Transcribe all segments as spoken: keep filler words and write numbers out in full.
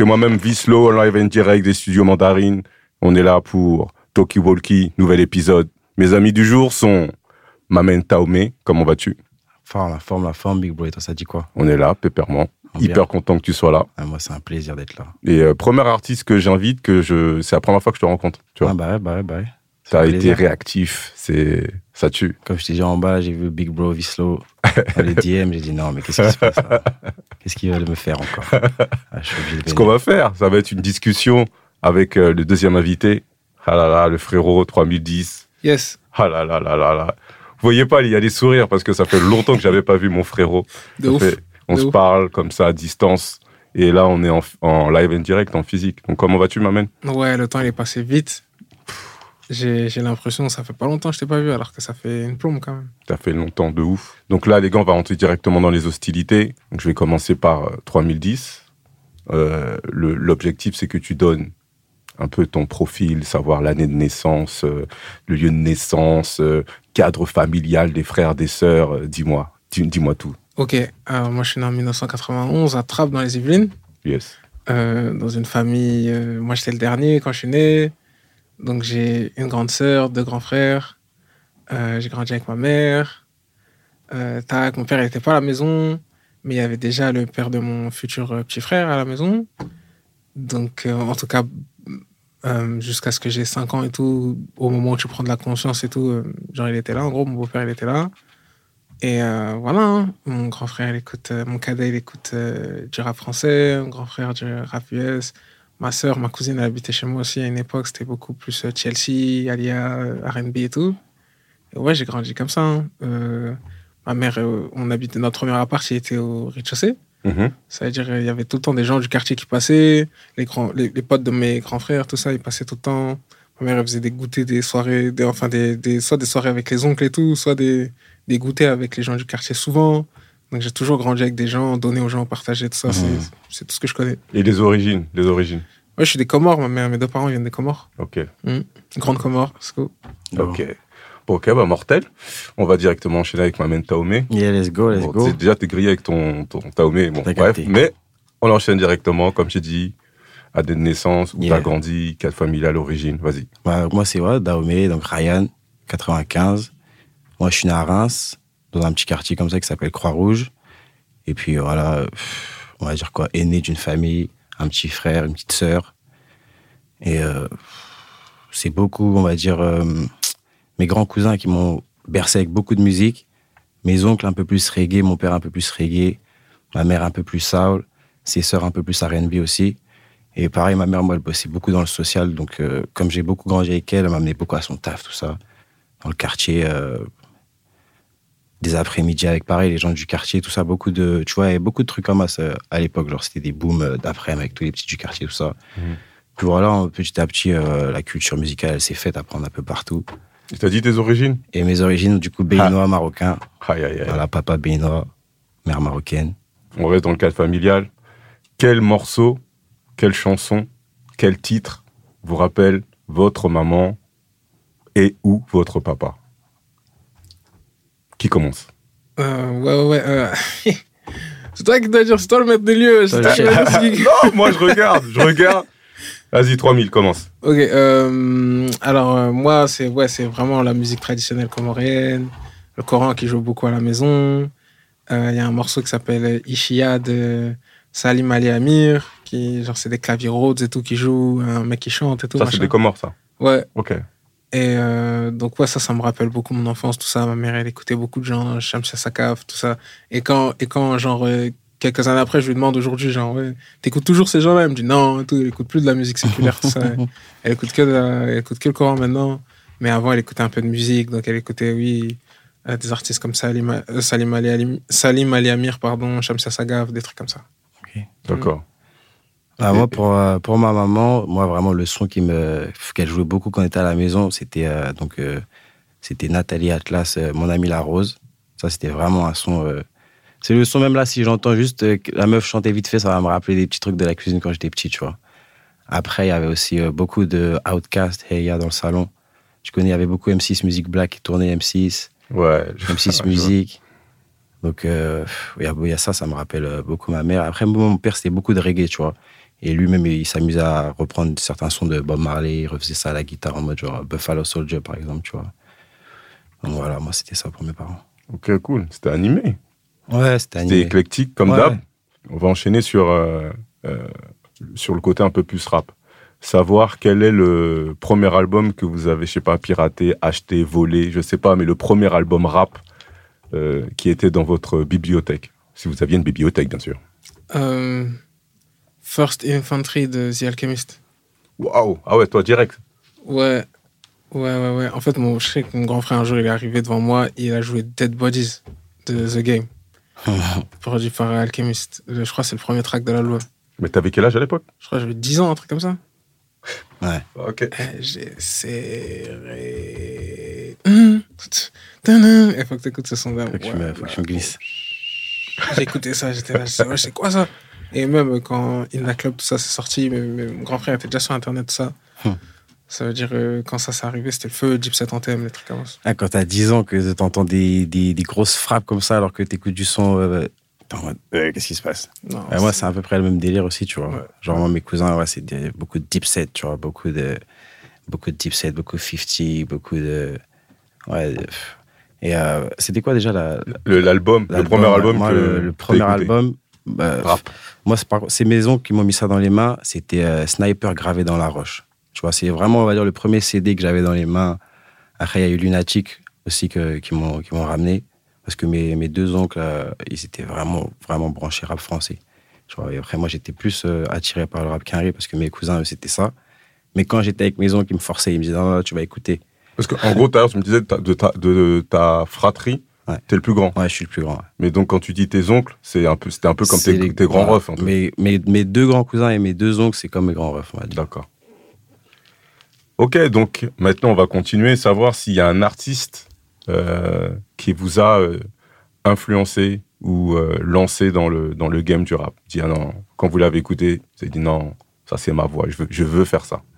C'est moi-même Vislo, live and direct des studios Mandarine. On est là pour Talkie Walkie, nouvel épisode. Mes amis du jour sont Mamen Taomé, comment vas-tu? Forme, la forme, la forme, Big Bro, et toi, ça dit quoi? On est là, pépèrement. Bien. Hyper content que tu sois là. Ah, moi, c'est un plaisir d'être là. Et euh, premier artiste que j'invite, que je, c'est la première fois que je te rencontre. Tu vois. Ah, bah ouais, bah ouais, bah ouais. T'as été réactif, c'est, ça tue. Comme je t'ai dit en bas, j'ai vu Big Bro Vislo dans les D M, j'ai dit non, mais qu'est-ce qui se passe là? Qu'est-ce qu'ils veulent me faire encore? Ah, je suis obligé de Ce qu'on va faire, ça va être une discussion avec euh, le deuxième invité. Ah là là, le frérot trois mille dix. Yes. Ah là là là là là. Vous voyez pas, il y a des sourires parce que ça fait longtemps que j'avais pas vu mon frérot. De ouf. Fait, on De se ouf. parle comme ça à distance. Et là, on est en, en live and direct, en physique. Donc, comment vas-tu, Mamen? Ouais, le temps, il est passé vite. J'ai, j'ai l'impression que ça fait pas longtemps que je t'ai pas vu, alors que ça fait une plombe quand même. Ça fait longtemps, de ouf. Donc là, les gars, on va rentrer directement dans les hostilités. Donc, je vais commencer par euh, trois mille dix. Euh, le, l'objectif, c'est que tu donnes un peu ton profil, savoir l'année de naissance, euh, le lieu de naissance, euh, cadre familial des frères, des sœurs. Euh, dis-moi, dis, dis-moi tout. Ok, alors moi je suis né en dix-neuf cent quatre-vingt-onze à Trappes dans les Yvelines, Yes. euh, dans une famille. Euh, moi j'étais le dernier quand je suis né, donc j'ai une grande sœur, deux grands frères. Euh, j'ai grandi avec ma mère. Euh, tac, mon père il n'était pas à la maison, mais il y avait déjà le père de mon futur euh, petit frère à la maison. Donc euh, en tout cas, euh, jusqu'à ce que j'ai cinq ans et tout, au moment où tu prends de la conscience et tout, euh, genre il était là, en gros, mon beau-père il était là. Et euh, voilà, hein. Mon grand frère, il écoute, euh, mon cadet, il écoute euh, du rap français, mon grand frère du rap U S. Ma sœur, ma cousine, elle habitait chez moi aussi à une époque, c'était beaucoup plus euh, Chelsea, Alia, euh, R and B et tout. Et ouais, j'ai grandi comme ça. Hein. Euh, ma mère, euh, on habitait, notre premier appart, il était au rez-de-chaussée. Mm-hmm. Ça veut dire il y avait tout le temps des gens du quartier qui passaient, les, grands, les, les potes de mes grands frères, tout ça, ils passaient tout le temps. Ma mère, elle faisait des goûters, des soirées, des, enfin, des, des, soit des soirées avec les oncles et tout, soit des, des goûters avec les gens du quartier souvent. Donc j'ai toujours grandi avec des gens, donné aux gens, partagé tout ça, mmh. c'est, c'est tout ce que je connais. Et les origines, les origines. Ouais, je suis des Comores, ma mère, mes deux parents viennent des Comores. Ok. Mmh. Grande Comore, c'est cool. Ok. Bon, ok, bah mortel. On va directement enchaîner avec Mamen Taomé. Yeah, let's go, let's bon, go. Déjà, t'es grillé avec ton, ton Taomé. Bon, T'as bref, capté. mais on enchaîne directement, comme j'ai dit, à des naissances, où Yeah. t'as grandi, cadre familial, origine. Vas-y. Bah, moi, c'est ouais, Dahomey, donc Ryan, quatre-vingt-quinze. Moi, je suis né à Reims, dans un petit quartier comme ça qui s'appelle Croix-Rouge. Et puis, voilà, pff, on va dire quoi, aîné d'une famille, un petit frère, une petite sœur. Et euh, c'est beaucoup, on va dire, euh, mes grands cousins qui m'ont bercé avec beaucoup de musique. Mes oncles un peu plus reggae, mon père un peu plus reggae, ma mère un peu plus soul, ses sœurs un peu plus R and B aussi. Et pareil, ma mère, moi, elle bossait beaucoup dans le social. Donc, euh, comme j'ai beaucoup grandi avec elle, elle m'amenait beaucoup à son taf, tout ça. Dans le quartier, euh, des après-midi avec, pareil, les gens du quartier, tout ça. Beaucoup de, tu vois, il y avait beaucoup de trucs comme ça à l'époque. Genre, c'était des booms d'après-midi avec tous les petits du quartier, tout ça. Mmh. Puis voilà, petit à petit, euh, la culture musicale, elle s'est faite à prendre un peu partout. Tu t'as dit tes origines? Et mes origines, du coup, béninois, ah. marocain. Aïe, aïe, aïe. Voilà, papa béninois, mère marocaine. On reste dans le cadre familial. Quel morceau, quelle chanson, quel titre vous rappelle votre maman et ou votre papa? Qui commence? euh, Ouais, ouais, ouais. Euh... c'est toi qui dois dire, c'est toi le maître des lieux. C'est toi non, moi je regarde, je regarde. Vas-y, trois mille, commence. Ok, euh, alors euh, moi, c'est, ouais, c'est vraiment la musique traditionnelle comorienne, le Coran qui joue beaucoup à la maison. Il euh, y a un morceau qui s'appelle Ishia de Salim Ali Amir, qui, genre, c'est des claviers Rhodes et tout, qui joue, un mec qui chante et tout. Ça, machin. C'est des Comores, ça? Ouais. Ok. Et euh, donc, ouais, ça, ça me rappelle beaucoup mon enfance, tout ça. Ma mère, elle écoutait beaucoup de gens, Shamsia Sakaf, tout ça. Et quand, et quand genre, euh, quelques années après, je lui demande aujourd'hui, genre, ouais, t'écoutes toujours ces gens-là? Elle me dit non, tout, elle écoute plus de la musique séculaire, tout ça. Elle écoute que, de la, elle écoute que le Coran maintenant. Mais avant, elle écoutait un peu de musique, donc elle écoutait, oui, euh, des artistes comme Salim, euh, Salim, Ali, Salim Ali Amir, pardon, Shamsia Sakaf, des trucs comme ça. Okay. D'accord. Ah, moi, pour, euh, pour ma maman, moi, vraiment, le son qui me, qu'elle jouait beaucoup quand on était à la maison, c'était, euh, donc, euh, c'était Nathalie Atlas, euh, Mon Amie la Rose. Ça, c'était vraiment un son. Euh, c'est le son, même là, si j'entends juste euh, la meuf chanter vite fait, ça va me rappeler des petits trucs de la cuisine quand j'étais petit, tu vois. Après, il y avait aussi euh, beaucoup de Outkast, Hey Ya dans le salon. Je connais, il y avait beaucoup M six Music Black qui tournait M six. Ouais. M six Music. Donc, il euh, y, y a ça, ça me rappelle beaucoup ma mère. Après, mon père, c'était beaucoup de reggae, tu vois. Et lui-même, il s'amusait à reprendre certains sons de Bob Marley, il refaisait ça à la guitare en mode genre Buffalo Soldier, par exemple, tu vois. Donc voilà, moi, c'était ça pour mes parents. Ok, cool. C'était animé. Ouais, c'était animé. C'était éclectique, comme ouais. d'hab. On va enchaîner sur, euh, euh, sur le côté un peu plus rap. Savoir quel est le premier album que vous avez, je sais pas, piraté, acheté, volé, je sais pas, mais le premier album rap euh, qui était dans votre bibliothèque. Si vous aviez une bibliothèque, bien sûr. Euh, First Infantry de The Alchemist. Waouh! Ah ouais, toi, direct. Ouais, ouais, ouais, ouais. En fait, mon, je sais que mon grand frère, un jour, il est arrivé devant moi et il a joué Dead Bodies de The Game. Produit par Alchemist. Je crois que c'est le premier track de l'album. Mais t'avais quel âge à l'époque? Je crois que j'avais dix ans, un truc comme ça. Ouais. Ok. Et j'ai serré. Il faut que t'écoutes ce son là. Faut que, ouais, tu me, faut que tu me glisses. J'ai écouté ça, j'étais là, je sais, ouais, c'est quoi ça? Et même quand In The Club, tout ça, c'est sorti, mais, mais mon grand frère était déjà sur Internet, tout ça. Hmm. Ça veut dire, euh, quand ça s'est arrivé, c'était le feu, Gypsy Set Anthem, les trucs comme ça. Ah, quand t'as dix ans, que t'entends des, des, des grosses frappes comme ça, alors que t'écoutes du son, euh, t'es en mode, euh, qu'est-ce qui se passe? Non, euh, moi, c'est à peu près le même délire aussi, tu vois. Ouais. Genre, moi, mes cousins, ouais, c'est des, beaucoup de deep set, tu vois, beaucoup de, beaucoup de deep set, beaucoup de cinquante, beaucoup de. Ouais. De, et euh, c'était quoi déjà la, le, l'album, l'album, le premier album moi, que le, le premier album, bah, moi, c'est, par, c'est mes oncles qui m'ont mis ça dans les mains, c'était euh, Sniper gravé dans la roche. Tu vois, c'est vraiment, on va dire, le premier C D que j'avais dans les mains. Après, il y a eu Lunatic aussi que, qui, m'ont, qui m'ont ramené. Parce que mes, mes deux oncles, euh, ils étaient vraiment, vraiment branchés rap français. Tu vois, et après, moi, j'étais plus euh, attiré par le rap qu'un parce que mes cousins, eux, c'était ça. Mais quand j'étais avec mes oncles, ils me forçaient. Ils me disaient, non, non, tu vas écouter. Parce qu'en gros, tout à l'heure, tu me disais de ta, de ta, de ta fratrie, ouais. T'es le plus grand. Ouais, je suis le plus grand. Ouais. Mais donc, quand tu dis tes oncles, c'est un peu, c'était un peu comme tes, les, tes grands refs. Ouais, mes, mes, mes deux grands cousins et mes deux oncles, c'est comme mes grands refs, on va dire. D'accord. Ok, donc maintenant, on va continuer à savoir s'il y a un artiste euh, qui vous a euh, influencé ou euh, lancé dans le, dans le game du rap. Dit, ah non, quand vous l'avez écouté, vous avez dit non, ça c'est ma voix, je veux, je veux faire ça.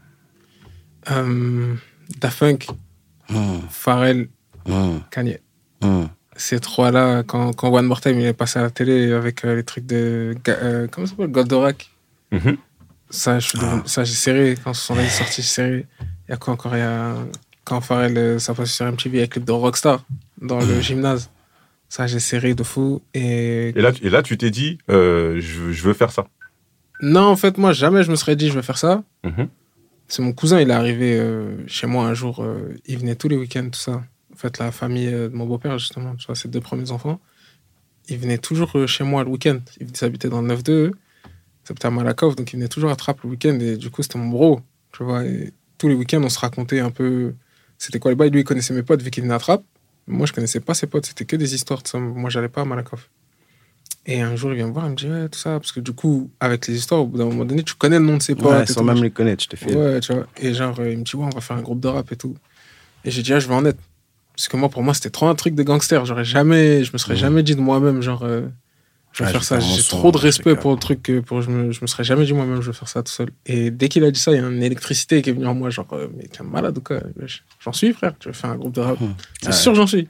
Euh, Daft Punk, mmh. Pharrell, mmh. Kanye. Mmh. Ces trois-là, quand, quand One More Time il est passé à la télé avec euh, les trucs de. Euh, comment ça s'appelle? Goldorak. Mmh. Ça, je suis devenu, ah. ça, j'ai serré. Quand ce son-là est sorti, j'ai serré. Il y a quoi encore? Il y a. Quand Pharrell, ça passe sur M T V avec le clip de Rockstar dans mmh. le gymnase. Ça, j'ai serré de fou. Et, et, là, et là, tu t'es dit, euh, je, je veux faire ça? Non, en fait, moi, jamais je me serais dit, je veux faire ça. Mmh. C'est mon cousin, il est arrivé euh, chez moi un jour. Euh, il venait tous les week-ends, tout ça. En fait, la famille de mon beau-père, justement, tu vois, ses deux premiers enfants, ils venaient toujours chez moi le week-end. Ils habitaient dans le neuf deux, ils habitaient à Malakoff, donc ils venaient toujours à Trappes le week-end. Et du coup, c'était mon bro, tu vois. Et tous les week-ends, on se racontait un peu. C'était quoi les bails? Lui, il connaissait mes potes vu qu'il venait à Trappes. Moi, je connaissais pas ses potes, c'était que des histoires de ça. Moi, j'allais pas à Malakoff. Et un jour, il vient me voir, il me dit, ouais, tout ça. Parce que du coup, avec les histoires, au bout d'un moment donné, tu connais le nom de ses potes. Ouais, sans même les connaître, je te file. Ouais, tu vois. Et genre, il me dit, ouais, on va faire un groupe de rap et tout. Et j'ai dit, ah, je vais en être. Parce que moi, pour moi, c'était trop un truc de gangster. J'aurais jamais, je me serais mmh. jamais dit de moi-même, genre, euh, je vais ouais, faire ça. J'ai trop de respect pour le truc que pour, je, me, je me serais jamais dit moi-même, je vais faire ça tout seul. Et dès qu'il a dit ça, il y a une électricité qui est venue en moi, genre, euh, mais t'es un malade ou quoi? J'en suis, frère, tu veux faire un groupe de rap. Mmh. C'est ouais. sûr, j'en suis.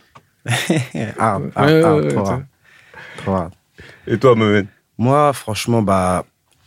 ah, ouais, ah, ouais, ah, ouais, trop rare. Trop rare. Et toi, Mohamed? Moi, franchement, bah,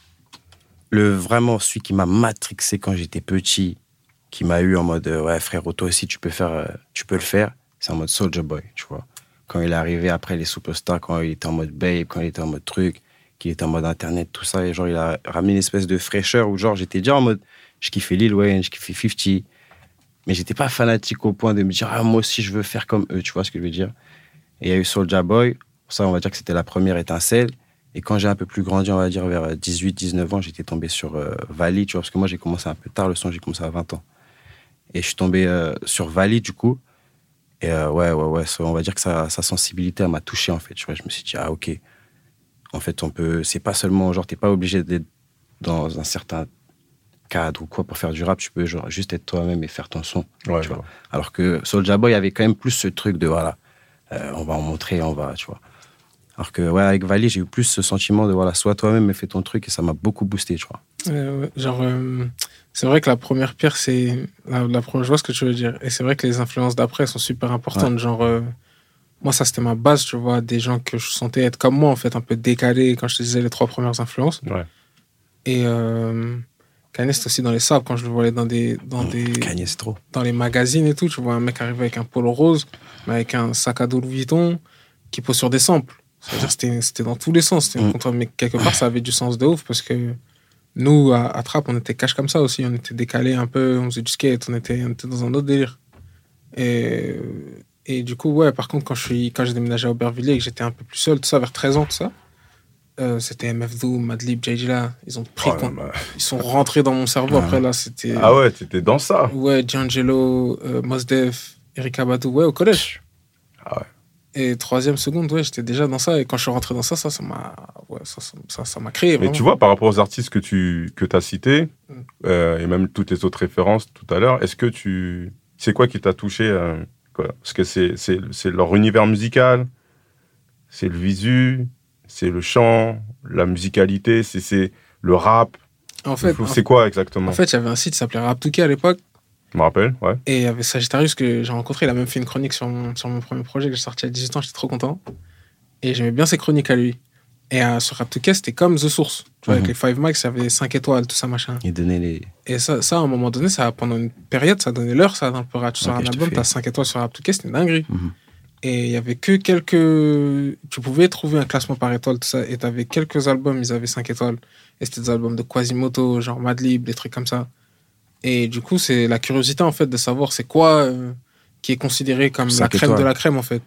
le, vraiment, celui qui m'a matrixé quand j'étais petit, qui m'a eu en mode, euh, ouais, frérot, toi aussi, tu peux, faire, euh, tu peux le faire, c'est en mode Soulja Boy, tu vois. Quand il est arrivé après les Superstars, quand il était en mode Babe, quand il était en mode truc, qu'il était en mode Internet, tout ça, et genre, il a ramené une espèce de fraîcheur où, genre, j'étais déjà en mode, je kiffais Lil Wayne, je kiffais cinquante, mais j'étais pas fanatique au point de me dire, ah, moi aussi, je veux faire comme eux, tu vois ce que je veux dire. Et il y a eu Soulja Boy, ça, on va dire que c'était la première étincelle. Et quand j'ai un peu plus grandi, on va dire vers dix-huit dix-neuf ans, j'étais tombé sur euh, Vali, tu vois, parce que moi, j'ai commencé un peu tard le son, j'ai commencé à vingt ans. Et je suis tombé euh, sur Vali, du coup. Et euh, ouais, ouais, ouais, ça, on va dire que sa, sa sensibilité, elle m'a touché, en fait. Tu vois, je me suis dit, ah, ok. En fait, on peut. C'est pas seulement, genre, t'es pas obligé d'être dans un certain cadre ou quoi pour faire du rap. Tu peux, genre, juste être toi-même et faire ton son. Ouais, tu ouais. vois. Alors que Soulja Boy avait quand même plus ce truc de, voilà, euh, on va en montrer, on va, tu vois. Alors que, ouais, avec Vali, j'ai eu plus ce sentiment de, voilà, sois toi-même et fais ton truc, et ça m'a beaucoup boosté, tu vois. Euh, ouais, genre, euh, c'est vrai que la première pierre, c'est. La, la première, je vois ce que tu veux dire. Et c'est vrai que les influences d'après sont super importantes. Ouais. Genre, euh, moi, ça, c'était ma base, tu vois, des gens que je sentais être comme moi, en fait, un peu décalés, quand je te disais les trois premières influences. Ouais. Et euh, Kanye, c'était aussi dans les sables, quand je le voyais dans des, dans des, Kanye, c'est trop. dans les magazines et tout. Tu vois un mec arriver avec un polo rose, mais avec un sac à dos Louis Vuitton, qui pose sur des samples. C'est-à-dire c'était, c'était dans tous les sens. C'était une Mm. contre- mais quelque part, ça avait du sens de ouf, parce que nous, à, à Trappes, on était cash comme ça aussi. On était décalés un peu, on faisait du skate, on était, on était dans un autre délire. Et, et du coup, ouais, par contre, quand, je suis, quand j'ai déménagé à Aubervilliers et que j'étais un peu plus seul, tout ça, vers treize ans, tout ça, euh, c'était M F Doom, Madlib, J J là. Ils ont pris Oh, compte. bah. Ils sont rentrés dans mon cerveau. Ah. Après, là, c'était. Ah ouais, t'étais dans ça. Ouais, D'Angelo, euh, Mos Def, Erykah Badu, ouais, au collège. Ah ouais. Et troisième seconde, ouais, j'étais déjà dans ça. Et quand je suis rentré dans ça, ça, ça m'a, ouais, ça, ça, ça, ça m'a créé. Mais Vraiment. tu vois, par rapport aux artistes que tu que as cités, Mm. euh, et même toutes les autres références tout à l'heure, est-ce que tu... C'est quoi qui t'a touché euh, quoi Parce que c'est, c'est, c'est leur univers musical, c'est le visu, c'est le chant, la musicalité, c'est, c'est le rap. En fait, c'est quoi exactement en fait, il y avait un site qui s'appelait Raptouké à l'époque. Je me rappelle, ouais. Et il y avait Sagittarius que j'ai rencontré. Il a même fait une chronique sur mon, sur mon premier projet que j'ai sorti à dix-huit ans. J'étais trop content. Et j'aimais bien ses chroniques à lui. Et euh, sur Raptouké, c'était comme The Source. Tu vois, Mhm. avec les Five Max, il y avait cinq étoiles, tout ça, machin. Il donnait les. Et ça, ça, à un moment donné, ça, pendant une période, ça donnait l'heure, ça, dans le peur. Tu sors Ok, un je te album, fais. t'as cinq étoiles sur Raptouké, c'était une dinguerie. Mhm. Et il y avait que quelques. Tu pouvais trouver un classement par étoile, tout ça. Et t'avais quelques albums, ils avaient cinq étoiles. Et c'était des albums de Quasimoto, genre Madlib, des trucs comme ça. Et du coup, c'est la curiosité, en fait, de savoir c'est quoi euh, qui est considéré comme la Cinq crème étoiles. de la crème, en fait.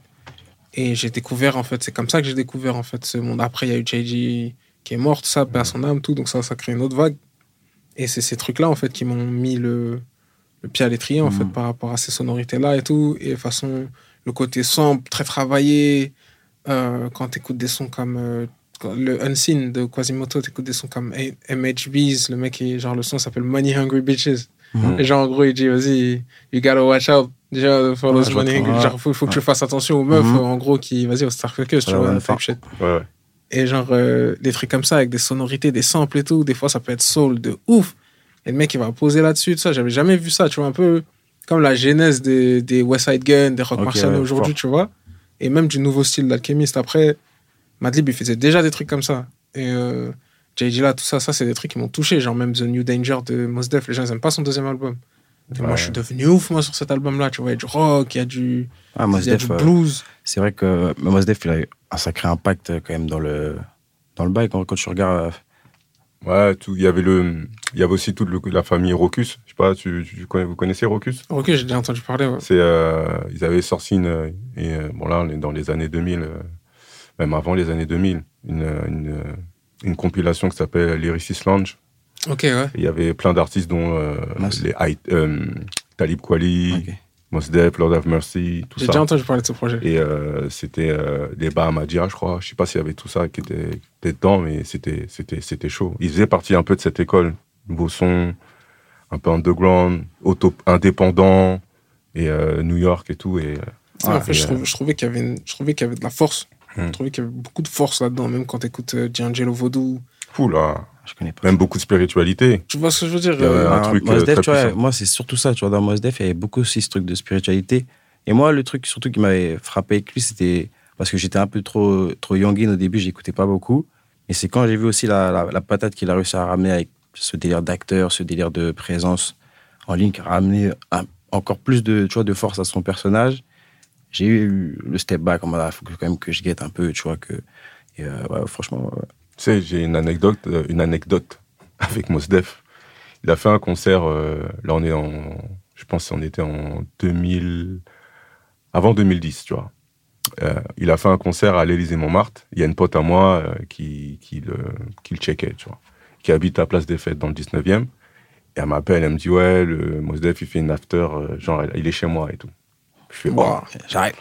Et j'ai découvert, en fait, c'est comme ça que j'ai découvert, en fait, ce monde. Après, il y a eu J J qui est mort, tout ça, paix à son âme, tout. Donc ça, ça crée une autre vague. Et c'est ces trucs-là, en fait, qui m'ont mis le, le pied à l'étrier, en Mhm. fait, par rapport à ces sonorités-là et tout. Et de toute façon, le côté sombre, très travaillé. Euh, quand tu écoutes des sons comme euh, quand le Unseen de Quasimoto, tu écoutes des sons comme M H B's, le mec, est, genre, le son s'appelle Money Hungry Bitches. Mhm. Et genre, en gros, il dit, vas-y, you gotta watch out. Déjà, for Ouais, those je money vois hungry. trop, Genre, ouais. faut, faut que tu Ouais. fasses attention aux meufs, Mhm. en gros, qui, vas-y, au Star Focus, tu Ouais, vois, ouais, type ouais. shit. Ouais, ouais. Et genre, euh, des trucs comme ça, avec des sonorités, des samples et tout. Des fois, ça peut être soul de ouf. Et le mec, il va poser là-dessus, tout ça. J'avais jamais vu ça, tu vois, un peu comme la genèse des, des West Side Gun, des Rock Ok, Marciano ouais, aujourd'hui, fort. tu vois. Et même du nouveau style d'Alchemist. Après, Madlib, il faisait déjà des trucs comme ça. Et euh, J J là, tout ça, ça, c'est des trucs qui m'ont touché. Genre, même The New Danger de Mos Def, les gens, ils aiment pas son deuxième album. Et moi, Ouais. je suis devenu ouf, moi, sur cet album-là. Tu vois, il y a du rock, il y a du, Ah, Mos il y a Def, du euh, blues. c'est vrai que Mos Def, il a eu un sacré impact euh, quand même dans le, dans le bail. Quand, quand tu regardes. Ouais, tout. Il y avait le, il y avait aussi toute le- la famille Rocus. Je sais pas, tu, tu connais, vous connaissez Rocus? Ok, j'ai déjà entendu parler. Ouais. C'est, euh, ils avaient sorti une, et euh, bon là, on est dans les années deux mille, euh, même avant les années deux mille, une, une, euh, une compilation qui s'appelle Lyricist Lounge. Ok, ouais. Et il y avait plein d'artistes dont euh, Mince. les High- euh, Talib Kweli, Ok. Mos Def, Lord of Mercy, tout J'ai ça. déjà entendu parler de ce projet. Et euh, c'était euh, les Bahamadia, je crois. Je sais pas s'il y avait tout ça qui était, qui était dedans, mais c'était, c'était, c'était chaud. Ils faisaient partie un peu de cette école. Nouveau son, un peu underground, auto indépendant, et euh, New York et tout. Et, Tu sais, en ouais, fait, et, je, euh, trouve, je, trouvais qu'il y avait une- je trouvais qu'il y avait de la force. Hmm. Je trouvais qu'il y avait beaucoup de force là-dedans, même quand tu écoutes euh, D'Angelo Vaudou. fou, là. Je connais pas. Même beaucoup de spiritualité. Tu vois ce que je veux dire Il y avait euh, un Ah, truc, Mos euh, Def, très tu vois, puissant. moi, c'est surtout ça. Tu vois, dans Mos Def, il y avait beaucoup aussi ce truc de spiritualité. Et moi, le truc surtout qui m'avait frappé avec lui, c'était parce que j'étais un peu trop, trop youngin au début, j'écoutais pas beaucoup. Et c'est quand j'ai vu aussi la, la, la patate qu'il a réussi à ramener avec ce délire d'acteur, ce délire de présence en ligne, qui a ramené un- encore plus de, tu vois, de force à son personnage. J'ai eu le step back, en mode, il faut que, quand même que je guette un peu, tu vois, que. Et euh, ouais, franchement. Ouais. Tu sais, j'ai une anecdote, euh, une anecdote avec Mos Def. Il a fait un concert, euh, là on est en, je pense qu'on était en deux mille, avant deux mille dix, tu vois. Euh, il a fait un concert à l'Élysée-Montmartre. Il y a une pote à moi euh, qui, qui, le, qui le checkait, tu vois, qui habite à Place des Fêtes dans le dix-neuvième. Et elle m'appelle, elle me dit, ouais, le Mos Def, il fait une after, euh, genre, il est chez moi et tout. Je fais, Wow. oh. J'arrête.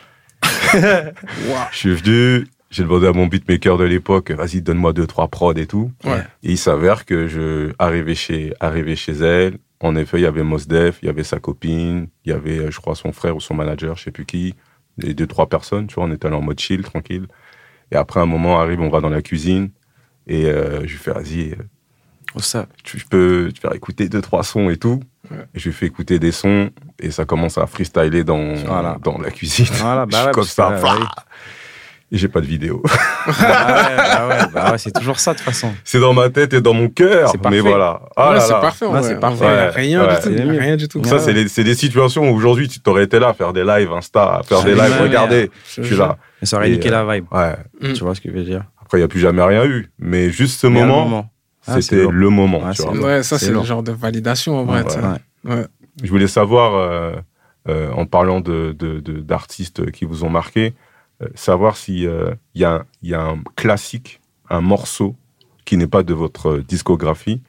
Wow. Je suis venu, j'ai demandé à mon beatmaker de l'époque, vas-y, donne-moi deux, trois prods et tout. Ouais. Et il s'avère que je arrivé chez, arrivé chez elle. En effet, il y avait Mos Def, il y avait sa copine, il y avait, euh, je crois, son frère ou son manager, je sais plus qui. Les deux, trois personnes, tu vois, on était allé en mode chill, tranquille. Et après, un moment arrive, on va dans la cuisine. Et euh, je lui fais, vas-y, euh, Oh, ça. tu peux te faire écouter deux, trois sons et tout. Ouais. Et je lui fais écouter des sons. Et ça commence à freestyler dans, Voilà. dans la cuisine. Voilà, bah je suis ouais, comme parce ça. que, bah. ouais. et j'ai pas de vidéo. Ah ouais, bah ouais, bah ouais, c'est toujours ça de toute façon. C'est dans ma tête et dans mon cœur, C'est parfait. mais voilà. Ah ouais, là c'est là. parfait. Ouais, Ouais, c'est parfait. Il n'y a Ouais, rien ouais. du tout. Il y a rien du tout. Donc ça, c'est, les, c'est des situations où aujourd'hui, tu t'aurais été là à faire des lives Insta, à faire Ah, des mais lives, ouais, regardez, je je suis là. Mais ça aurait Et, niqué euh, la vibe. Ouais. Mm. Tu vois ce que je veux dire? Après, il n'y a plus jamais rien eu. Mais juste ce Mais à un moment, moment. Ah, c'est c'était lourd. le moment. Ah, tu c'est vois. lourd. Ouais, ça, C'est c'est le lourd. genre de validation, en vrai. Ouais, tu sais. Ouais. Ouais. Je voulais savoir, euh, euh, en parlant de, de, de- d'artistes qui vous ont marqué, euh, savoir s'il euh, y, a, y a un classique, un morceau qui n'est pas de votre discographie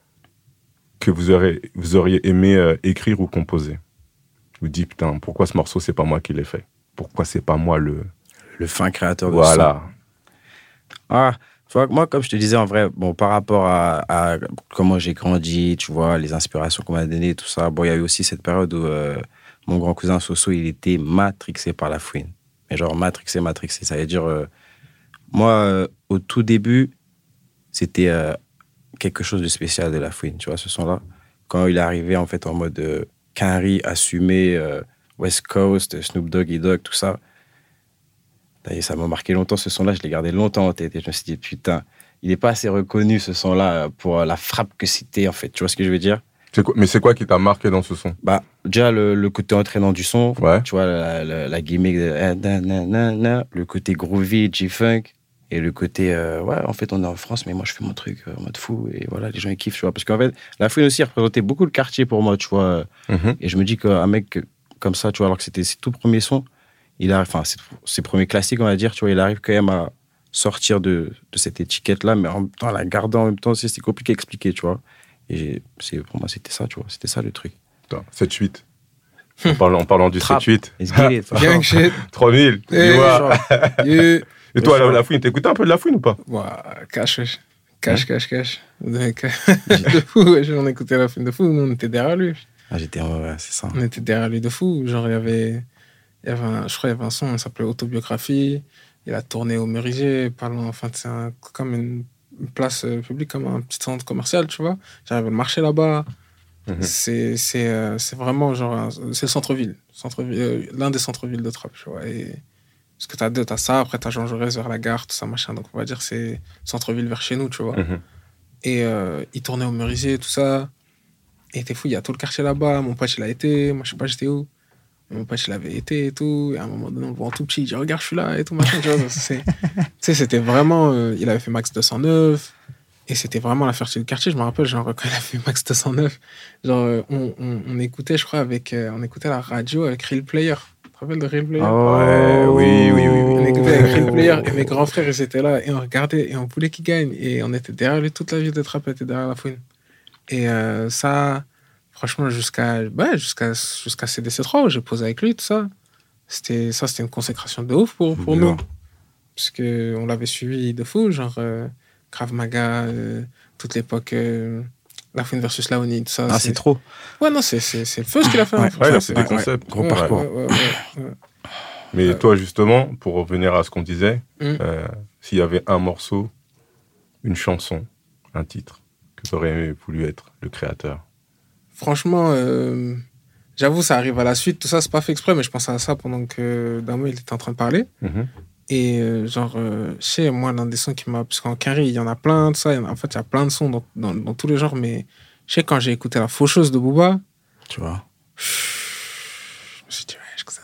que vous aurez, vous auriez aimé euh, écrire ou composer. Je vous dis, putain, pourquoi ce morceau, c'est pas moi qui l'ai fait? Pourquoi c'est pas moi le... Le fin créateur de Voilà. son. Ah, tu vois, moi, comme je te disais, en vrai, bon, par rapport à, à comment j'ai grandi, tu vois, les inspirations qu'on m'a données, tout ça, bon, il y a eu aussi cette période où euh, mon grand cousin Soso, il était matrixé par la fouine. Mais genre, matrixé, matrixé. Ça veut dire, euh, moi, euh, au tout début, c'était euh, quelque chose de spécial de la fouine, tu vois, ce son-là. Quand il est arrivé, en fait, en mode euh, Quinry, assumé, euh, West Coast, Snoop Dogg, E-Dog, tout ça. D'ailleurs, ça m'a marqué longtemps, ce son-là, je l'ai gardé longtemps en tête. Et je me suis dit, putain, il n'est pas assez reconnu, ce son-là, pour la frappe que c'était, en fait. Tu vois ce que je veux dire? C'est quoi, mais c'est quoi qui t'a marqué dans ce son? Bah, déjà, le, le côté entraînant du son, Ouais. tu vois, la, la, la gimmick, de, eh, na, na, na, na, le côté groovy, G-Funk, et le côté, euh, ouais, en fait, on est en France, mais moi, je fais mon truc euh, en mode fou, et voilà, les gens, ils kiffent, tu vois. Parce qu'en fait, la fouine aussi représentait beaucoup le quartier pour moi, tu vois. Mhm. Et je me dis qu'un mec comme ça, tu vois, alors que c'était ses tout premiers sons, il a, enfin, ses, ses premiers classiques, on va dire, tu vois, il arrive quand même à sortir de, de cette étiquette-là, mais en même temps, la garder en même temps, c'est, c'est compliqué à expliquer, tu vois. Et j'ai, c'est, pour moi, c'était ça, tu vois, c'était ça le truc. Putain, sept huit. En parlant, en parlant du Trap. sept huit. Let's get it. Gang shit. trois mille. Eh, Dis-moi. Yeah. Et toi, la, la fouine, t'écoutais un peu de la fouine ou pas? Ouah, cache, wesh. Cache, cache, cache. Mec, de fou, wesh. On écoutait la fin de fou. Nous, on était derrière lui. Ah, j'étais, ouais, c'est ça. On était derrière lui de fou. Genre, il y avait, il y avait un, je crois, il y avait un son, il s'appelait Autobiographie. Il a tourné au Merisier, parlant, enfin, c'est un, comme une, une place euh, publique, comme un petit centre commercial, tu vois. J'arrivais à marcher là-bas. Mhm. C'est, c'est, euh, c'est vraiment genre, un- c'est le centre-ville. Centre-ville euh, l'un des centres-villes de Trappes, tu vois. Et, parce que t'as deux, t'as ça, après t'as Jean Jaurès vers la gare, tout ça, machin. Donc, on va dire que c'est centre-ville vers chez nous, tu vois. Mhm. Et euh, il tournait au Merisier, tout ça. Et t'es fou, il y a tout le quartier là-bas. Mon pote, il a été. Moi, je sais pas, j'étais où. Et mon pote, il avait été et tout. Et à un moment donné, on le voit en tout petit. Il dit, regarde, je suis là et tout, machin. Tu vois, donc c'est- tu sais, c'était vraiment. euh, il avait fait Max deux cent neuf. Et c'était vraiment la fierté du quartier. Je me rappelle, genre, quand il a fait Max deux cent neuf, genre, euh, on, on, on écoutait, je crois, avec. euh, on écoutait la radio avec Real Player. Tu te rappelles de Real Player? Ouais, oui, oui, oui, oui. On écoutait avec Real Player et mes grands frères, ils étaient là et on regardait et on voulait qu'ils gagnent. Et on était derrière lui, toute la ville de Trappes était derrière la fouine. Et euh, ça, franchement, jusqu'à ouais, jusqu'à jusqu'à C D C trois, où j'ai posé avec lui, tout ça, c'était, ça, c'était une consécration de ouf pour, pour nous. Parce qu'on l'avait suivi de fou, genre euh, Krav Maga, euh, toute l'époque, euh, La Fouine versus Laoni, tout ça. Ah, c'est trop. Ouais, non, c'est, c'est, c'est le feu ce qu'il a fait. Ouais, hein, Ouais, franchement, là, c'est des ouais, concepts. Gros ouais, parcours. ouais, ouais, ouais, ouais. Mais Euh, toi, justement, pour revenir à ce qu'on disait, Mm. euh, s'il y avait un morceau, une chanson, un titre, que tu aurais voulu être le créateur. Franchement, euh, j'avoue, ça arrive à la suite. Tout ça, c'est pas fait exprès, mais je pensais à ça pendant que Damo, il était en train de parler. Mhm. Et euh, genre, euh, je sais, moi, l'un des sons qui m'a... Parce qu'en carré, il y en a plein, tout ça. Il y en a- En fait, il y a plein de sons dans, dans, dans tous les genres. Mais je sais, quand j'ai écouté La Faucheuse de Booba, Tu vois. je me suis dit, ouais, que ça...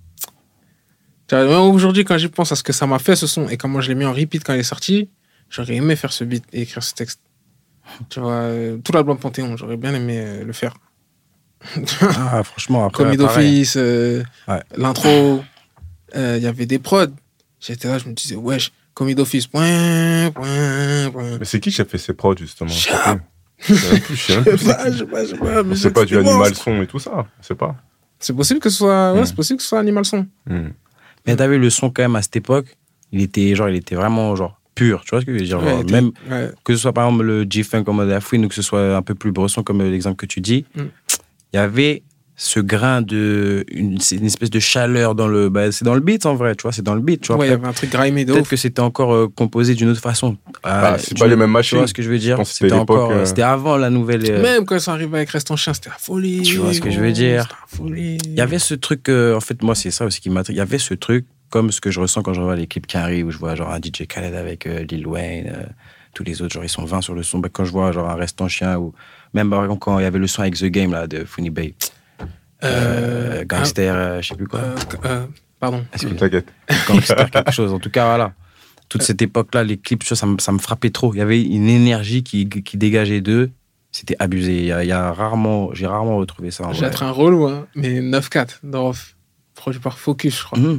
Tu vois, même aujourd'hui, quand j'y pense à ce que ça m'a fait, ce son, et comment je l'ai mis en repeat quand il est sorti, j'aurais aimé faire ce beat et écrire ce texte. Tu vois, euh, tout l'album Panthéon, j'aurais bien aimé euh, le faire. Ah, franchement, après. Commis pareil. d'office, euh, Ouais. l'intro, euh, il y avait des prods. J'étais là, je me disais, wesh, commis d'office, point, point, point. Mais c'est qui qui a fait ces prods, justement? Je sais Chap. plus. Je sais même plus, je sais même Je plus sais c'est pas, qui. je sais pas, je sais pas. mais C'est pas du c'était Animal monstre. Son et tout ça, c'est pas. C'est possible que ce soit, ouais, Mm. c'est possible que ce soit Animal Son. Hmm. Mais t'as vu le son quand même à cette époque, il était genre, il était vraiment genre pur. Tu vois ce que je veux dire? Ouais, Genre, t'es- même ouais. que ce soit par exemple le G-Funk comme la fouine ou que ce soit un peu plus bresson comme euh, l'exemple que tu dis, il Mm. y avait ce grain de une, c'est une espèce de chaleur dans le bah, c'est dans le beat en vrai, tu vois, c'est dans le beat, tu vois. Ouais, il y Après, avait un truc grimy de peut-être ouf. que c'était encore euh, composé d'une autre façon. Ah, Euh, c'est tu pas vois- les mêmes Tu machines. vois ce que je veux dire? Je pense que c'était C'était l'époque, encore euh, euh, c'était avant la nouvelle euh, Même quand ils sont arrivés avec Reste en chien, c'était la folie. Tu vois ce que je veux gros, dire? C'était la folie. il y avait ce truc euh, en fait moi c'est ça aussi qui m'a il y avait ce truc comme ce que je ressens quand je revois les clips qui arrivent, où je vois genre un D J Khaled avec euh, Lil Wayne, euh, tous les autres, genre ils sont vingt sur le son. Bah, quand je vois genre un Restant Chien, ou même par exemple quand il y avait le son avec The Game là, de Funny Bay, euh, Euh, Gangster, euh, je sais plus quoi. Euh, euh, pardon. Est-ce que T'inquiète. Gangster quelque chose, en tout cas, voilà. Toute cette époque-là, les clips, ça me, ça me frappait trop. Il y avait une énergie qui, qui dégageait d'eux. C'était abusé. Il y a, il y a rarement, j'ai rarement retrouvé ça. En J'ai vrai. être un relou, hein, mais neuf quatre d'Orof. Produit par Focus, je crois. Mmh.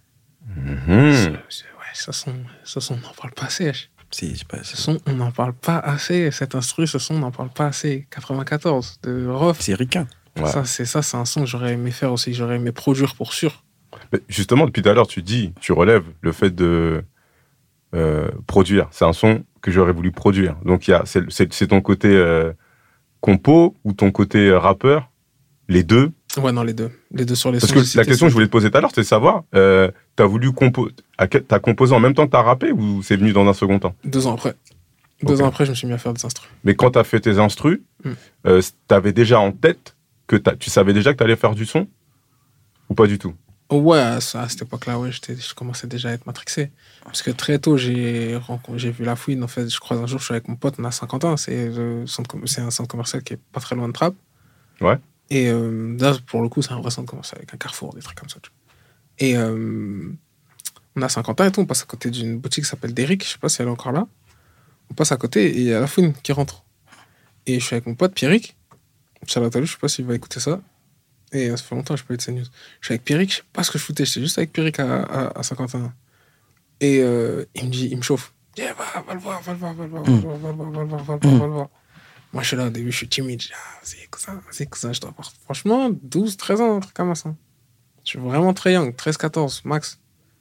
Mhm. C'est- c'est- ouais, ça son, ça son, on n'en parle pas assez. wesh. C'est, je sais pas, Ce c'est, son, on n'en parle pas assez. Cet instru, ce son, on n'en parle pas assez. quatre-vingt-quatorze de Rof. c'est ricain. Ouais. Ça, c'est ça, c'est un son que j'aurais aimé faire aussi. que J'aurais aimé produire pour sûr. Mais justement, depuis tout à l'heure, tu dis, tu relèves le fait de euh, produire. C'est un son que j'aurais voulu produire. Donc, il y a, c'est, c'est, c'est ton côté euh, compo ou ton côté euh, rappeur, les deux. Ouais, non, les deux. Les deux sur les Parce sons. que j'ai la cité, question que je c'est- voulais te poser tout à l'heure, c'est de savoir, euh, t'as voulu compo- à quel- t'as composé en même temps que t'as rappé ou c'est venu dans un second temps? Deux ans après. Deux Ok. ans après, je me suis mis à faire des instrus. Mais quand t'as fait tes instrus, Mm. euh, t'avais déjà en tête que t'as- tu savais déjà que t'allais faire du son ou pas du tout? Ouais, à, ce- à cette époque-là, ouais, j'étais- je commençais déjà à être matrixé. Parce que très tôt, j'ai, rencon- j'ai vu La Fouine. En fait, je croise un jour, je suis avec mon pote, on a cinquante ans. C'est, le centre com- c'est un centre commercial qui est pas très loin de Trappes. Ouais. Et euh, là, pour le coup, c'est un vrai centre commercial avec un carrefour, des trucs comme ça. tu vois. Et euh, on a cinquante ans et tout. On passe à côté d'une boutique qui s'appelle Derrick. Je sais pas si elle est encore là. On passe à côté et il y a La Fouine qui rentre. Et je suis avec mon pote Pierrick. Charlotte à lui, je sais pas s'il va écouter ça. Et euh, ça fait longtemps que je peux être news. Je suis avec Pierrick, je sais pas ce que je foutais, j'étais juste avec Pierrick à, à, à cinquante ans. Et euh, il me dit, il me chauffe. Il dit, eh, va, va le voir, va le voir, va le voir, va le voir, va le voir, va le voir, va le voir, va le voir. Moi, je suis là, au début, je suis timide. Je dis, ah, vas-y, cousin, vas-y, cousin, je dois avoir, franchement, douze, treize ans, un truc comme ça. Je suis vraiment très young, treize, quatorze, max.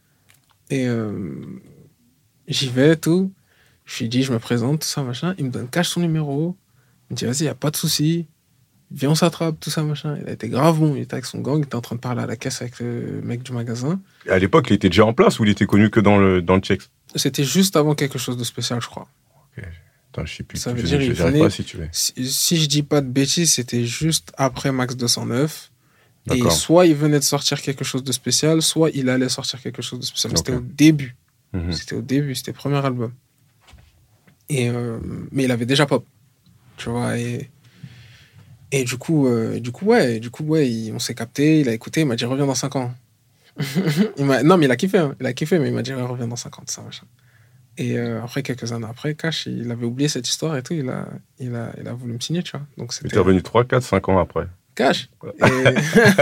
Et euh, j'y vais, tout. Je lui dis, je me présente, tout ça, machin. Il me donne cache son numéro. Il me dit, vas-y, y a pas de souci. Viens, on s'attrape, tout ça, machin. Il a été grave bon. Il était avec son gang, il était en train de parler à la caisse avec le mec du magasin. Et à l'époque, il était déjà en place ou il était connu que dans le, dans le Tchèque? C'était juste avant quelque chose de spécial, je crois. Attends, je sais plus. Ça veut je dire, je- il j'arrive venait- pas si tu veux. Si, si je dis pas de bêtises, c'était juste après Max deux cent neuf. Et D'accord. soit il venait de sortir quelque chose de spécial, soit il allait sortir quelque chose de spécial. Mais Ok. C'était au début. Mhm. C'était au début, c'était le premier album. Et, euh, mais il avait déjà pop. Tu vois, et, et du coup, euh, du coup, ouais, du coup, ouais, il- on s'est capté, il a écouté, il m'a dit reviens dans cinq ans. il m'a, non, mais il a kiffé, hein, il a kiffé, mais il m'a dit ouais, reviens dans cinq ans, ça, machin. Et euh, après, quelques années après, Cash, il avait oublié cette histoire et tout, il a, il a, il a voulu me signer, tu vois. Donc Il c'était était revenu trois, quatre, cinq ans après. Cash. Et... Ouais.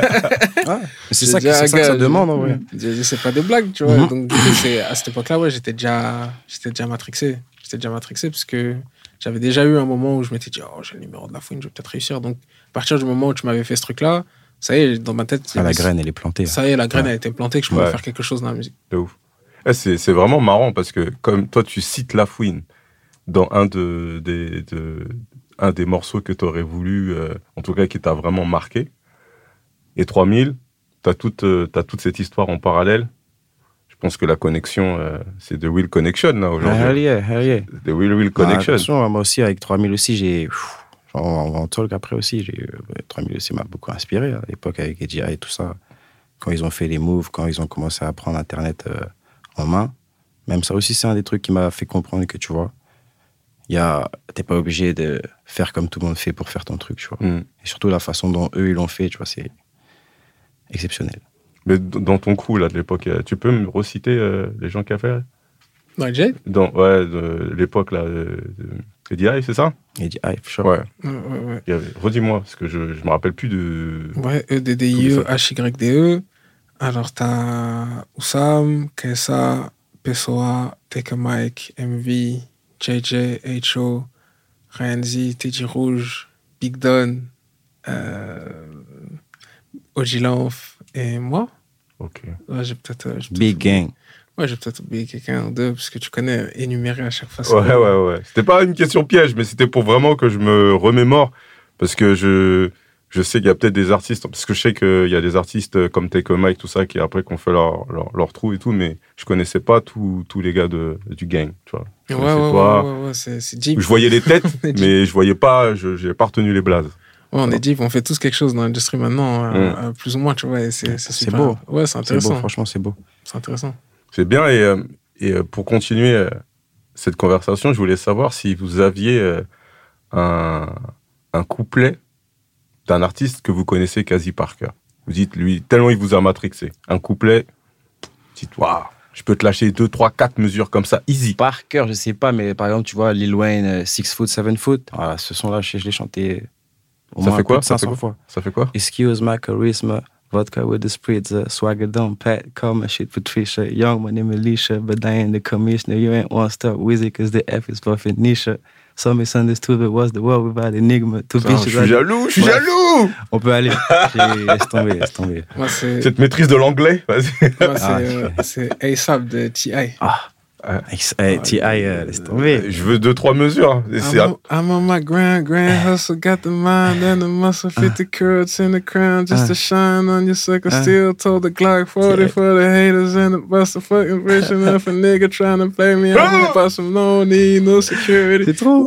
C'est J'ai ça, dit, que, c'est ah, ça que ça gars, demande, en vrai. j'ai dit, c'est pas des blagues, tu vois. Mhm. Donc, du coup, c'est, à cette époque-là, ouais, j'étais déjà, j'étais déjà matrixé. J'étais déjà matrixé parce que j'avais déjà eu un moment où je m'étais dit, oh, j'ai le numéro de La Fouine, je vais peut-être réussir. Donc, à partir du moment où tu m'avais fait ce truc-là, ça y est, dans ma tête, Ah, la graine, elle est plantée. ça y est, la graine Ouais. a été plantée, que je pouvais Ouais. faire quelque chose dans la musique. De ouf. Eh, c'est, c'est vraiment marrant parce que comme toi, tu cites La Fouine dans un, de, des, de, un des morceaux que tu aurais voulu, euh, en tout cas qui t'a vraiment marqué. Et trois mille, tu as toute, euh, t'as toute cette histoire en parallèle. Je pense que la connexion, euh, c'est The Real Connection là, Ah, aujourd'hui. hell yeah, hell yeah. The Real Real Ah, Connection. attention, moi aussi, avec trois mille aussi, j'ai. pff, genre, en, en talk après aussi, j'ai, euh, trois mille aussi m'a beaucoup inspiré à l'époque avec Edgy et tout ça. Quand ils ont fait les moves, quand ils ont commencé à prendre Internet euh, en main. Même ça aussi, c'est un des trucs qui m'a fait comprendre que, tu vois, il y a, t'es pas obligé de faire comme tout le monde fait pour faire ton truc, tu vois. Mm. Et surtout la façon dont eux, ils l'ont fait, tu vois, c'est exceptionnel. Mais d- dans ton crew là, de l'époque, euh, tu peux me reciter euh, les gens qui a fait Ouais, Jay dans, ouais, de l'époque là, de, de Eddie High, c'est ça? Edgy Hype, sure. Ouais. Ouais, ouais, ouais. Il y avait- Redis-moi, parce que je, je me rappelle plus de. Ouais, E D D I E, H Y D E. Alors, t'as Oussam, Kessa, Pessoa, Take a Mike, M V, J J, H O, Ryan Z, T J Rouge, Big Don, euh, Ojilanf et moi. Ok. Ouais, j'ai peut-être. euh, j'ai peut-être Big oublié- gang. Ouais, j'ai peut-être oublié quelqu'un ou deux, parce que tu connais énumérer à chaque fois. c'est Ouais, bon. ouais, ouais. C'était pas une question piège, mais c'était pour vraiment que je me remémore. Parce que je, je sais qu'il y a peut-être des artistes, parce que je sais qu'il y a des artistes comme Take a Mike, tout ça, qui après qu'on fait leur, leur, leur trou et tout, mais je connaissais pas tous tous les gars de, du gang, tu vois. Je Ouais, connaissais ouais, pas- ouais, ouais, ouais, c'est c'est deep. Je voyais les têtes, Deep. mais je voyais pas, je j'ai pas retenu les blazes. Ouais, on est deep, on fait tous quelque chose dans l'industrie maintenant, euh, Mm. euh, plus ou moins, tu vois, et c'est, c'est C'est super. beau. Ouais, c'est C'est intéressant. beau, franchement, c'est beau. C'est intéressant. C'est bien. Et, euh, et euh, pour continuer euh, cette conversation, je voulais savoir si vous aviez euh, un, un couplet d'un artiste que vous connaissez quasi par cœur. Vous dites, lui, tellement il vous a matrixé. Un couplet, dites, waouh, je peux te lâcher deux, trois, quatre mesures comme ça, easy. Par cœur, je sais pas, mais par exemple, tu vois, Lil Wayne, euh, Six Foot, Seven Foot, voilà, ce son-là, je, je l'ai chanté au Ça moins fait quoi plus de Ça fait cinq cents quoi fois. Ça fait quoi Excuse my charisma, vodka with the spritzer, swagger don't pat, call my shit Patricia, young money militia, but I ain't the commissioner, you ain't one stop wizzy, cause the F is for Phoenicia. Some misunderstood, but what's the world without enigma? To Putain, Je suis jaloux, je suis Ouais. jaloux. On peut aller. J'ai- Laisse tomber, laisse tomber. Moi, c'est, Cette maîtrise de l'anglais, vas-y. moi, c'est, Ah, euh, c'est A$AP de T I. Ah, hey, T I, euh, laisse tomber. Je veux deux, trois mesures. Et c'est I'm, on, I'm on my grand, grand hustle, got the mind and the muscle, fifty carats in the crown, just to shine on your sucker. Uh. Still told the Glock forty Yeah. for the haters and the buster fucking rich enough a nigga trying to play me. I'm about some no need, no security. C'est trop.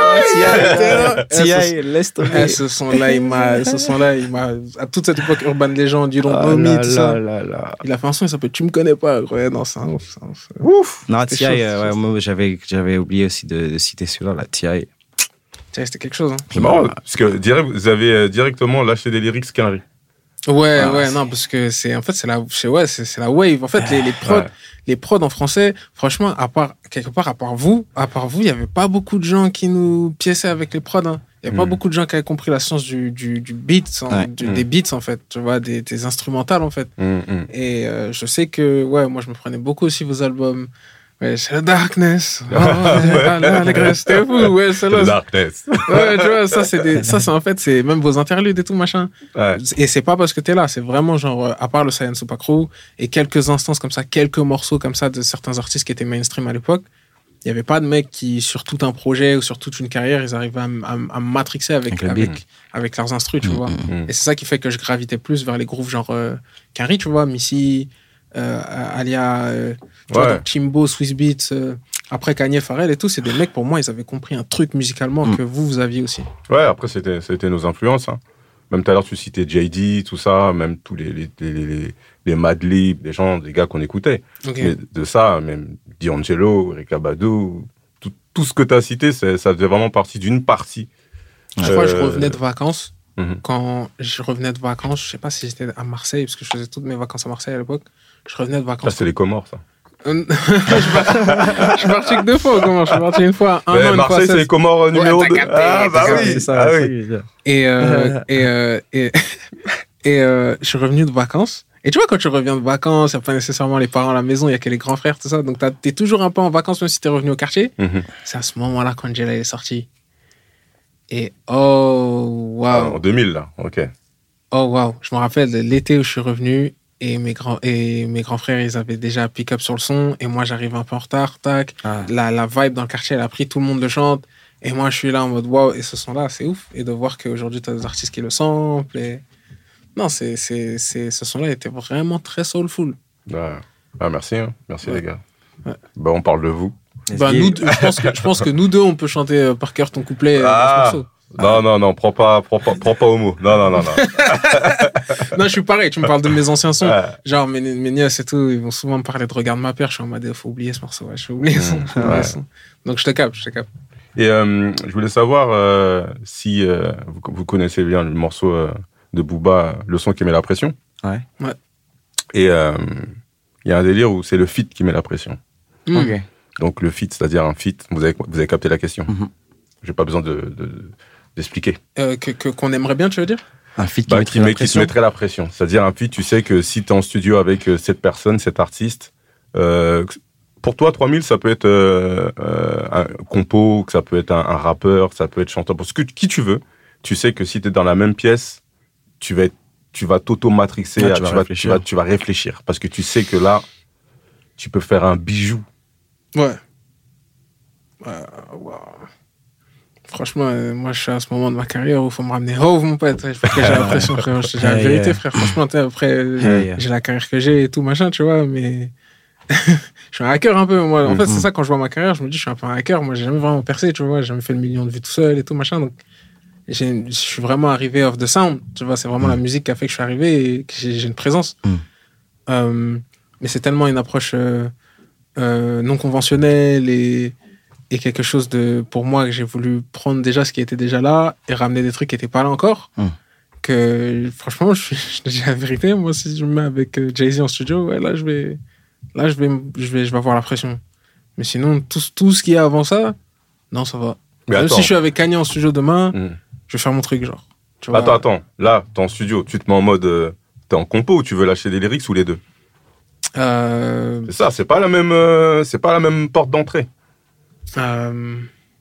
What? T I, Eh, laisse tomber. eh, ce son-là, il m'a, ce son-là, il m'a, à toute cette époque Urban Legend, You Don't Oh Know Me, là tout ça. là là là. Il a fait un son, il s'appelle Tu me connais pas. Ouais, non, c'est un ouf. c'est un ouf. ouf. Non, C'était T I, chaud, euh, c'était ouais, moi, j'avais, j'avais oublié aussi de, de citer celui-là, la T I. Tiens, c'était quelque chose, hein. C'est marrant, parce que direct, vous avez euh, directement lâché des lyrics Quinry. Ouais, Ah, ouais, c'est- non, parce que c'est, en fait, c'est la, c'est, ouais, c'est, c'est la wave. En fait, les, les prods, Ouais. les prods en français, franchement, à part, quelque part, à part vous, à part vous, il y avait pas beaucoup de gens qui nous piéçaient avec les prods, hein. Il y a pas Mm. beaucoup de gens qui avaient compris la science du, du, du beat, hein, Ouais. du- Mm. des beats, en fait, tu vois, des, des instrumentales, en fait. Hum, hum. Et euh, je sais que, ouais, moi, je me prenais beaucoup aussi vos albums. Ouais, c'est la darkness. Oh, ouais, l'allégresse. C'était fou, ouais, c'est là. The Darkness. Ouais, tu vois, ça, c'est des, ça, c'est en fait, c'est même vos interludes et tout, machin. Ouais. Et c'est pas parce que t'es là, c'est vraiment genre, euh, à part le Science Super Crew et quelques instances comme ça, quelques morceaux comme ça de certains artistes qui étaient mainstream à l'époque, il n'y avait pas de mecs qui, sur tout un projet ou sur toute une carrière, ils arrivaient à, m- à, m- à me matrixer avec, Avec le avec, beat. avec leurs instrus, tu Mm, vois. mm, mm. Et c'est ça qui fait que je gravitais plus vers les grooves genre euh, Quinry, tu vois, Missy, euh, Alia, euh, tu vois, Ouais. donc Chimbo, Swiss Beats, euh, après Kanye, Pharrell et tout, c'est des mecs, pour moi, ils avaient compris un truc musicalement Mm. que vous, vous aviez aussi. Ouais, après, c'était, c'était nos influences. Hein. Même tout à l'heure, tu citais J D, tout ça, même tous les, les, les, les, les Madlib, les gens, des gars qu'on écoutait. Ok. Mais de ça, même D'Angelo, Erykah Badu, tout, tout ce que tu as cité, c'est, ça faisait vraiment partie d'une partie. Je crois que je Euh, revenais de vacances. mhm. Quand je revenais de vacances, je sais pas si j'étais à Marseille, parce que je faisais toutes mes vacances à Marseille à l'époque. Je revenais de Ça, vacances. c'est les Comores, ça. Euh, je suis parti- je suis parti que deux fois, comment Je suis parti une fois, un Mais an, une fois Marseille, c'est seize. les Comores euh, numéro t'as deux. capté, Ah, t'as bah capté, oui. c'est ça, Ah c'est ça oui. que je veux dire. Et, euh, et, euh, et, et euh, je suis revenu de vacances. Et tu vois, quand tu reviens de vacances, il n'y a pas nécessairement les parents à la maison, il n'y a que les grands frères, tout ça. Donc, t'as- t'es toujours un peu en vacances, même si t'es revenu au quartier. Mhm. C'est à ce moment-là qu'Angela est sortie. Et oh, Ah, waouh. en deux mille, là. OK. Oh, waouh. Je me rappelle de l'été où je suis revenu et mes grands, et mes grands frères, ils avaient déjà pick-up sur le son. Et moi, j'arrive un peu en retard, tac. Ah. La, la vibe dans le quartier, elle a pris, tout le monde le chante. Et moi, je suis là en mode waouh. Et ce son-là, c'est ouf. Et de voir qu'aujourd'hui, tu as des artistes qui le samplent. Et... Non, c'est, c'est, c'est, ce son-là était vraiment très soulful. Ouais. Ah, merci, hein. Merci, Ouais. les gars. Ouais. Bah, on parle de vous. Bah, nous, deux- je, pense que, je pense que nous deux, on peut chanter euh, par cœur ton couplet euh, Ah. dans ce morceau. Non, non, non, prends pas, prends pas, prends pas au mot. Non, non, non, non. Non, je suis pareil. Tu me parles de mes anciens sons. Ouais. Genre, mes, mes nièces et tout, ils vont souvent me parler de Regarde ma paire. Je suis en mode, il faut oublier ce morceau. Ouais, je vais oublier ce son. Mmh, faut oublier ouais. ce son. Donc, je te capte, je te capte. Et euh, je voulais savoir euh, si euh, vous, vous connaissez bien le morceau euh, de Booba, Le son qui met la pression. Ouais. Ouais. Et il euh, y a un délire où c'est le feat qui met la pression. Mm. Ok. Donc le feat, c'est-à-dire un feat, vous avez, vous avez capté la question. Mhm. J'ai pas besoin de, de- d'expliquer. Euh, que, que- qu'on aimerait bien, tu veux dire? Un feat qui Bah, mettrait qui, la met- qui te pression. mettrait la pression. C'est-à-dire un feat, tu sais que si tu es en studio avec euh, cette personne, cet artiste, euh, pour toi, trois mille, ça peut être euh, euh, un compo, que ça peut être un, un rappeur, que ça peut être chanteur, pour ce que, qui tu veux. Tu sais que si tu es dans la même pièce, tu vas, être, tu vas t'auto-matrixer, Ah, à- tu vas tu, vas, tu, réfléchir. vas, tu vas réfléchir. Parce que tu sais que là, tu peux faire un bijou. Ouais. Euh, wow. Franchement, euh, moi, je suis à ce moment de ma carrière où il faut me ramener Hove, mon pote. Je pense que j'ai l'impression, frère. Je te dis la Hey, vérité, yeah. frère. Franchement, t'sais, après, euh, Hey. j'ai la carrière que j'ai et tout, machin, tu vois, mais. Je suis un hacker un peu, moi. En fait, c'est Mhm. ça, quand je vois ma carrière, je me dis, je suis un peu un hacker. Moi, j'ai jamais vraiment percé, tu vois. J'ai jamais fait le million de vues tout seul et tout, machin. Donc, j'ai, je suis vraiment arrivé off the sound. Tu vois, c'est vraiment Mm. la musique qui a fait que je suis arrivé et que j'ai, j'ai une présence. Mm. Euh, mais c'est tellement une approche euh, euh, non conventionnelle et, et quelque chose de, pour moi, que j'ai voulu prendre déjà ce qui était déjà là et ramener des trucs qui n'étaient pas là encore. Mm. Que franchement, je, je te dis la vérité, moi, si je me mets avec euh, Jay-Z en studio, ouais, là, je vais, là, je vais, je vais, je vais avoir la pression. Mais sinon, tout, tout ce qu'il y a avant ça, non, ça va. Mais Même attends. si je suis avec Kanye en studio demain, Mm. je vais faire mon truc, genre. Tu vois. Attends, attends. Là, t'es en studio. Tu te mets en mode. euh, T'es en compo ou tu veux lâcher des lyrics ou les deux? Euh, C'est ça, c'est pas la même, euh, c'est pas la même porte d'entrée. euh,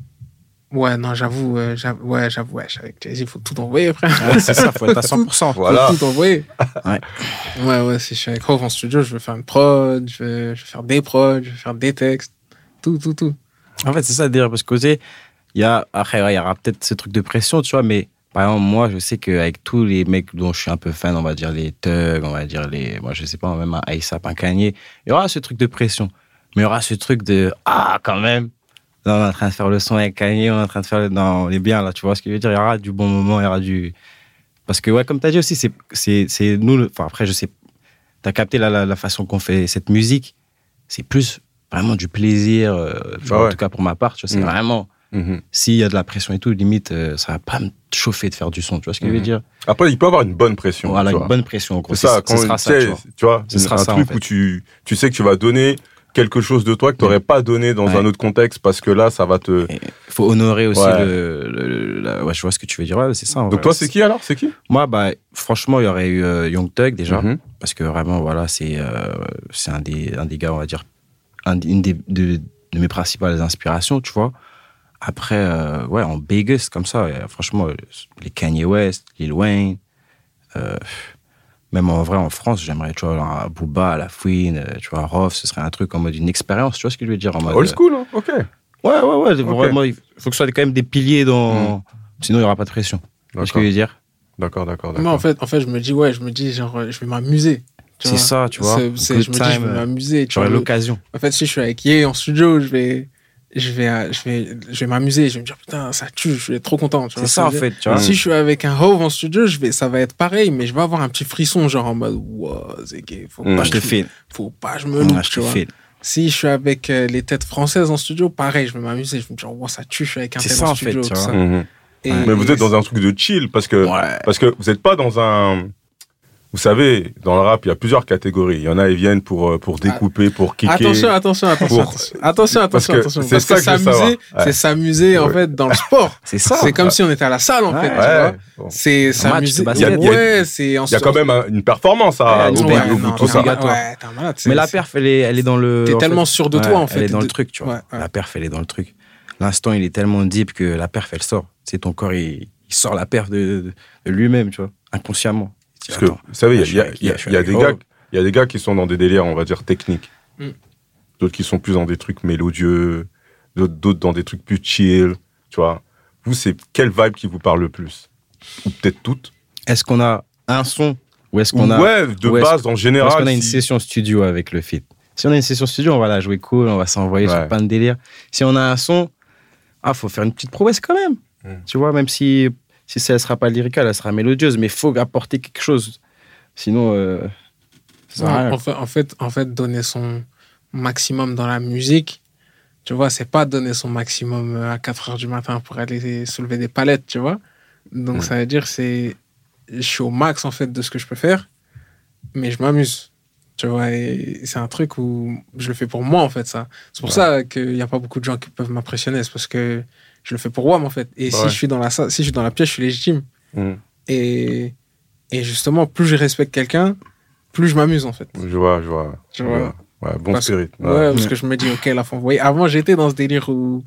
ouais, non, j'avoue, euh, j'avoue, ouais, j'avoue, ouais, avec Jay-Z, il faut tout envoyer, frère. Ouais, c'est ça, faut être à cent pour cent. Voilà. Faut tout envoyer. Ouais. Ouais, ouais, si je suis avec Hove en studio, je vais faire une prod, je vais, je vais faire des prods, je vais faire des textes, tout, tout, tout. En fait, c'est ça, dire, parce que tu sais, il y a, après, ouais, il y aura peut-être ce truc de pression, tu vois, mais par exemple, moi, je sais qu'avec tous les mecs dont je suis un peu fan, on va dire les thugs, on va dire les, moi, je sais pas, même un A$AP, un Kanye, il y aura ce truc de pression. Mais il y aura ce truc de, ah, quand même, là, on est en train de faire le son avec Kanye, on est en train de faire le, non, on est bien, là, tu vois ce que je veux dire, il y aura du bon moment, il y aura du, parce que, ouais, comme tu as dit aussi, c'est, c'est, c'est nous, le- enfin, après, je sais, tu as capté la, la, la façon qu'on fait cette musique, c'est plus vraiment du plaisir, euh, tu vois, Ah ouais. en tout cas pour ma part, tu vois, c'est Mm. vraiment, Mhm. s'il y a de la pression et tout, limite, euh, ça va pas me chauffer de faire du son, tu vois ce que je veux Mhm. dire? Après, il peut avoir une bonne pression. Voilà, tu une vois. bonne pression, en gros. C'est ça, ce quand sera tu ça, sais, tu vois. tu vois, Ce sera un ça, en truc fait. où tu, tu sais que tu vas donner quelque chose de toi que tu n'aurais pas donné dans Ouais. un autre contexte parce que là, ça va te. Il faut honorer aussi Ouais. le, le- le- la- ouais, je vois ce que tu veux dire. Ouais, c'est ça. en Donc vrai. toi, c'est qui alors? C'est qui? Moi, bah, franchement, il y aurait eu euh, Young Thug déjà, Mhm. parce que vraiment, voilà, c'est euh, c'est un des, un des gars, on va dire, un, une des, de, de mes principales inspirations, tu vois. Après, euh, ouais, en biggest, comme ça, euh, franchement, euh, les Kanye West, Lil Wayne, euh, même en vrai, en France, j'aimerais, tu vois, un Booba, La Fouine, euh, tu vois, Rof, ce serait un truc en mode une expérience, tu vois ce que je veux dire en mode, Old school, hein, ok. euh, Ouais, ouais, ouais, Ok. vraiment, il faut que ce soit quand même des piliers dans. Mm. Sinon, il n'y aura pas de pression. Tu vois ce que je D'accord, veux dire? d'accord, d'accord. Moi, en fait, en fait, je me dis, ouais, je me dis, genre, euh, je vais m'amuser. tu C'est vois. ça, tu vois. C'est- c'est- Good je me dis, je time, vais euh, m'amuser. tu J'aurais vois. l'occasion. En fait, si je suis avec Ye en studio, je vais, je vais, euh, je vais, je vais m'amuser. Je vais me dire, putain, ça tue, je vais être trop content. tu vois C'est ce ça, que en je veux dire. fait, tu vois. Mm. Si je suis avec un Hove en studio, je vais, ça va être pareil, mais je vais avoir un petit frisson, genre en mode, wow, c'est gay, faut Mm. pas, Je te file. faut pas, je me loupe, Ouais, je tu te vois. file. Si je suis avec euh, les têtes françaises en studio, pareil, je vais m'amuser. Je vais me dire, wow, ça tue, je suis avec un C'est tel ça, en en fait, studio. tu tout vois. ça. Mhm. Et- Mais vous êtes dans un truc de chill parce que, Ouais. parce que vous n'êtes pas dans un. Vous savez, dans le rap, il y a plusieurs catégories. Il y en a, ils viennent pour, euh, pour découper, pour kicker. Attention, attention, attention, Pour- attention, attention, Parce attention, que attention. c'est Parce ça que que je veux s'amuser, savoir. Ouais. c'est s'amuser en Ouais. fait dans le sport. C'est ça. C'est comme si on était à la salle en Ouais. fait, tu Ouais. vois. Bon. C'est match de s'amuser. basket. Il y a- Ouais, c'est en Il y a quand même un- une performance à, Ouais, au, une bout- ouais, au bout non, de tout t'es ça. un malade, Obligatoire. ouais, t'es un malade. c'est- Mais la c'est- perf, elle est, elle est dans le. T'es en tellement fait. sûr de Ouais, toi en fait. Elle est dans de- le truc, tu vois. Ouais, ouais. La perf, elle est dans le truc. L'instant, il est tellement deep que la perf, elle sort. C'est ton corps, il, il sort la perf de, de- de lui-même, tu vois, inconsciemment. Tu dis, Parce que, attends, vous savez, il y a- je il y, a- suis avec- il y a- je suis il y a avec des Hov. gars, il y a des gars qui sont dans des délires, on va dire, techniques. Mm. D'autres qui sont plus dans des trucs mélodieux, d'autres d'autres dans des trucs plus chill, tu vois. Vous, c'est quelle vibe qui vous parle le plus? Ou peut-être toutes? Est-ce qu'on a un son ou est-ce Ou qu'on a. ouais, de ou est-ce base, en ou général. est-ce qu'on a une si- session studio avec le feat? Si on a une session studio, on va la jouer cool, on va s'envoyer Ouais. sur plein de délires. Si on a un son, ah, faut faire une petite prouesse quand même. Mm. Tu vois, même si, si ça ne sera pas lyrical, elle sera mélodieuse, mais il faut apporter quelque chose. Sinon, euh, ça sert à rien. en, fait, en, fait, en fait, donner son maximum dans la musique, tu vois, c'est pas donner son maximum à quatre heures du matin pour aller soulever des palettes, tu vois. Donc, Mm. ça veut dire c'est je suis au max, en fait, de ce que je peux faire, mais je m'amuse, tu vois. Et c'est un truc où je le fais pour moi, en fait, ça. C'est pour Ouais. ça qu'il n'y a pas beaucoup de gens qui peuvent m'impressionner, c'est parce que je le fais pour moi, en fait. Et si, Ouais. je suis dans la, sa- si je suis dans la pièce, je suis légitime. Mm. Et, et justement, plus je respecte quelqu'un, plus je m'amuse, en fait. Je vois, je vois. Tu je vois. Ouais, bon Parce- spirit. Ouais, Ouais. parce que je me dis, ok, là, faut envoyer. Avant, j'étais dans ce délire où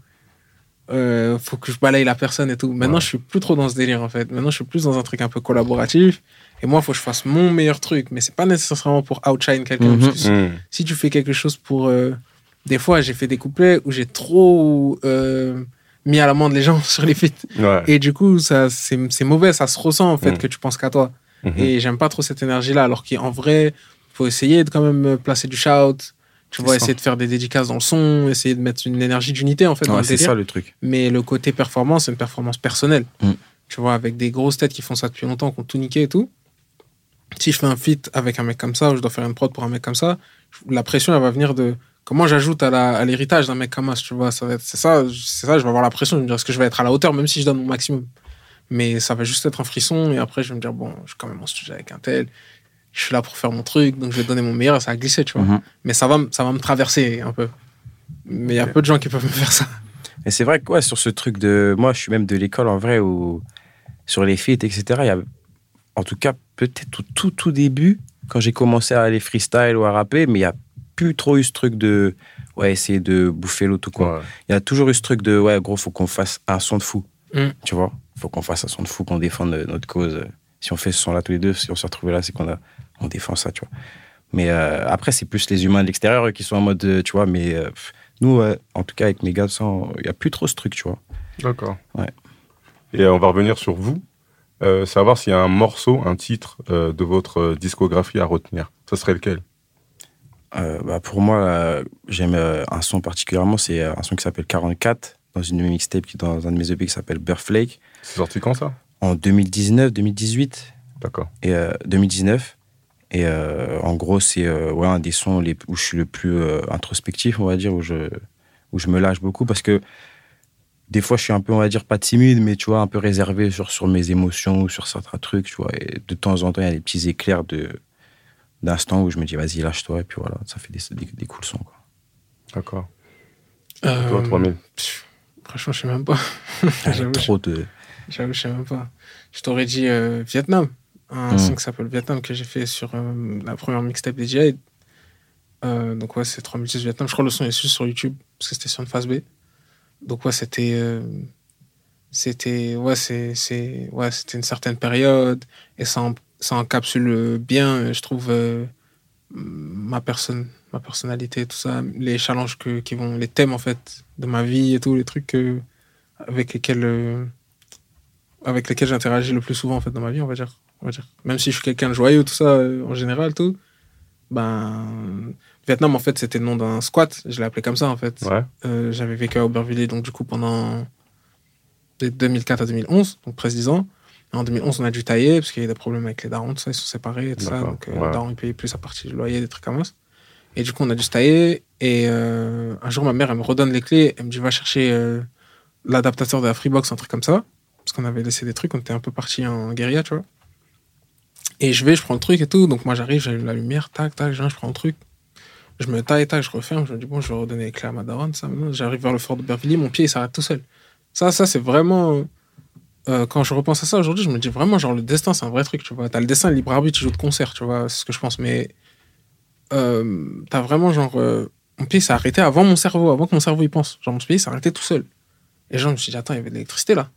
euh, faut que je balaye la personne et tout. Maintenant, Ouais. je suis plus trop dans ce délire, en fait. Maintenant, je suis plus dans un truc un peu collaboratif. Et moi, il faut que je fasse mon meilleur truc. Mais c'est pas nécessairement pour outshine quelqu'un. Mhm. Parce que si, Mm. si tu fais quelque chose pour. euh, Des fois, j'ai fait des couplets où j'ai trop euh, mis à l'amende les gens sur les feats. Ouais. Et du coup, ça, c'est, c'est mauvais. Ça se ressent, en fait, Mhm. que tu penses qu'à toi. Mhm. Et j'aime pas trop cette énergie-là. Alors qu'en vrai, faut essayer de quand même placer du shout. Tu C'est vois, ça. essayer de faire des dédicaces dans le son, essayer de mettre une énergie d'unité en fait dans Ouais, le c'est délire. ça le truc. Mais le côté performance, c'est une performance personnelle. Mm. tu vois, avec des grosses têtes qui font ça depuis longtemps, qui ont tout niqué et tout. Si je fais un feat avec un mec comme ça, ou je dois faire une prod pour un mec comme ça, la pression, elle va venir de comment j'ajoute à, la, à l'héritage d'un mec comme As, tu vois. Ça va être, c'est, ça, c'est ça, je vais avoir la pression de me dire est-ce que je vais être à la hauteur, même si je donne mon maximum. Mais ça va juste être un frisson, et après, je vais me dire, bon, je suis quand même en studio avec un tel, je suis là pour faire mon truc, donc je vais donner mon meilleur, et ça va glisser, tu vois. Mm-hmm. Mais ça va, ça va me traverser un peu. Mais il y a okay. peu de gens qui peuvent me faire ça. Et c'est vrai que, ouais, sur ce truc de. Moi, je suis même de l'école, en vrai, où sur les feats, et cetera, il y a. En tout cas, peut-être au tout, tout début, quand j'ai commencé à aller freestyle ou à rapper, mais il n'y a plus trop eu ce truc de, ouais, essayer de bouffer l'autre ou quoi. Ouais. Il y a toujours eu ce truc de, ouais, gros, faut qu'on fasse un son de fou. Mm. Tu vois, faut qu'on fasse un son de fou, qu'on défende notre cause. Si on fait ce son-là tous les deux, si on s'est retrouvés là, c'est qu'on a, on défend ça, tu vois. Mais euh, après, c'est plus les humains de l'extérieur qui sont en mode, tu vois, mais euh, nous, euh, en tout cas, avec mes gars, il n'y a plus trop ce truc, tu vois. D'accord. Ouais. Et euh, on va revenir sur vous. Euh, savoir s'il y a un morceau, un titre euh, de votre euh, discographie à retenir. Ça serait lequel ? euh, bah Pour moi, euh, j'aime euh, un son particulièrement. C'est euh, un son qui s'appelle quarante-quatre, dans une mixtape, qui, dans un de mes E P qui s'appelle Birthflake. C'est sorti quand ça ? En deux mille dix-neuf, deux mille dix-huit. D'accord. Et, euh, deux mille dix-neuf. Et euh, en gros, c'est euh, ouais, un des sons les, où je suis le plus euh, introspectif, on va dire, où je, où je me lâche beaucoup, parce que des fois, je suis un peu, on va dire, pas timide, mais tu vois, un peu réservé sur, sur mes émotions ou sur certains trucs, tu vois. Et de temps en temps, il y a des petits éclairs de, d'instants où je me dis, vas-y, lâche-toi. Et puis voilà, ça fait des, des, des cool sons, quoi. D'accord. Euh, toi, trois mille Franchement, je sais même pas. J'avoue, trop de... J'avoue, je sais même pas. Je t'aurais dit euh, Vietnam. Un mmh. son qui s'appelle Vietnam que j'ai fait sur euh, la première mixtape des Jihad. Euh, donc ouais, c'est trois mille six Vietnam. Je crois que le son est juste sur YouTube, parce que c'était sur une phase B. Donc ouais, c'était euh, c'était ouais c'est c'est ouais c'était une certaine période, et ça en, ça encapsule bien, je trouve, euh, ma personne, ma personnalité, tout ça, les challenges que qui vont, les thèmes en fait de ma vie et tout, les trucs que, avec lesquels euh, avec lesquels j'interagis le plus souvent en fait dans ma vie, on va dire, on va dire. Même si je suis quelqu'un de joyeux, tout ça, euh, en général, tout. Ben, Vietnam, en fait, c'était le nom d'un squat. Je l'ai appelé comme ça, en fait. Ouais. Euh, j'avais vécu à Aubervilliers, donc du coup, pendant de deux mille quatre à deux mille onze, donc presque dix ans. Et en deux mille onze, on a dû tailler, parce qu'il y a eu des problèmes avec les darons, tout ça, ils sont séparés et tout D'accord. ça. Donc, euh, ouais. les darons, ils payaient plus sa partie du loyer, des trucs comme ça. Et du coup, on a dû se tailler. Et euh, un jour, ma mère, elle me redonne les clés. Elle me dit, va chercher euh, l'adaptateur de la Freebox, un truc comme ça. Parce qu'on avait laissé des trucs, on était un peu partis en guérilla, tu vois. Et je vais, je prends le truc et tout. Donc moi, j'arrive, j'allume la lumière, tac, tac, je prends le truc. Je me taille, tac, je referme. Je me dis, bon, je vais redonner les clés à ma daronne. Ça. J'arrive vers le fort de Bervilliers, mon pied, il s'arrête tout seul. Ça, ça c'est vraiment... Euh, quand je repense à ça aujourd'hui, je me dis vraiment, genre, le destin, c'est un vrai truc, tu vois. T'as le destin, le libre arbitre, tu joues de concert, tu vois. C'est ce que je pense. Mais euh, t'as vraiment, genre... Euh, mon pied s'est arrêté avant mon cerveau, avant que mon cerveau y pense. Genre, mon pied s'est arrêté tout seul. Et genre, je me suis dit, attends, il y avait de l'électricité, là.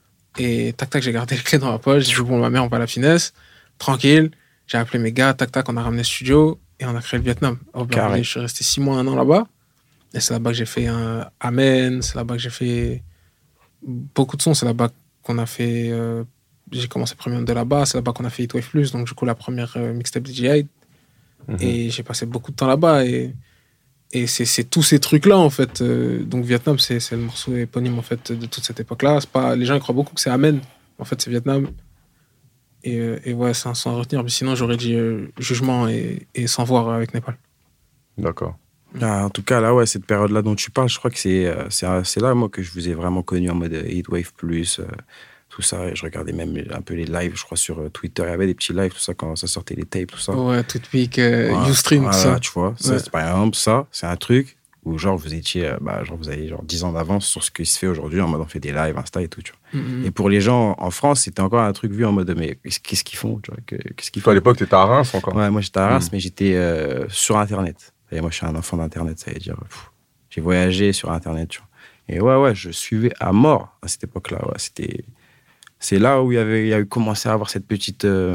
Et tac, tac, j'ai gardé les clés dans ma poche. J'ai dit, bon, ma mère, on va à la finesse. Tranquille. J'ai appelé mes gars, tac, tac, on a ramené le studio et on a créé le Vietnam. Oh, ben, je suis resté six mois, un an là-bas. Et c'est là-bas que j'ai fait un Amen. C'est là-bas que j'ai fait beaucoup de sons. C'est là-bas qu'on a fait. Euh... J'ai commencé Premium de là-bas. C'est là-bas qu'on a fait Heatwave Plus. Donc, du coup, la première euh, mixtape D J I. Mm-hmm. Et j'ai passé beaucoup de temps là-bas. Et, et c'est, c'est tous ces trucs-là, en fait. Euh, donc, Vietnam, c'est, c'est le morceau éponyme, en fait, de toute cette époque-là. C'est pas... Les gens ils croient beaucoup que c'est Amen. En fait, c'est Vietnam. Et, et ouais, c'est un son à retenir. Mais sinon, j'aurais dit euh, Jugement et, et Sans voir avec Népal. D'accord. Ah, en tout cas, là, ouais, cette période-là dont tu parles, je crois que c'est, euh, c'est, c'est là, moi, que je vous ai vraiment connu en mode Heatwave Plus, euh, tout ça. Et je regardais même un peu les lives, je crois, sur euh, Twitter. Il y avait des petits lives, tout ça, quand ça sortait les tapes, tout ça. Ouais, Tweetpic, euh, ouais, Ustream, voilà, tout ça. Tu vois, ça, ouais. c'est, par exemple, ça, c'est un truc où, genre, vous étiez, euh, bah, genre, vous avez genre dix ans d'avance sur ce qui se fait aujourd'hui, en mode on fait des lives, Insta et tout, tu vois. Mm-hmm. Et pour les gens en France, c'était encore un truc vu en mode, mais qu'est-ce qu'ils font, tu vois, qu'est-ce qu'ils font. Toi, à l'époque, t'étais à Reims encore. Ouais, moi, j'étais à Reims, mm. mais j'étais euh, sur Internet. Et moi, je suis un enfant d'Internet, ça veut dire, pff, j'ai voyagé sur Internet, tu vois. Et ouais, ouais, je suivais à mort à cette époque-là, ouais, c'était... C'est là où il y avait, il y a eu commencé à avoir cette petite... Euh,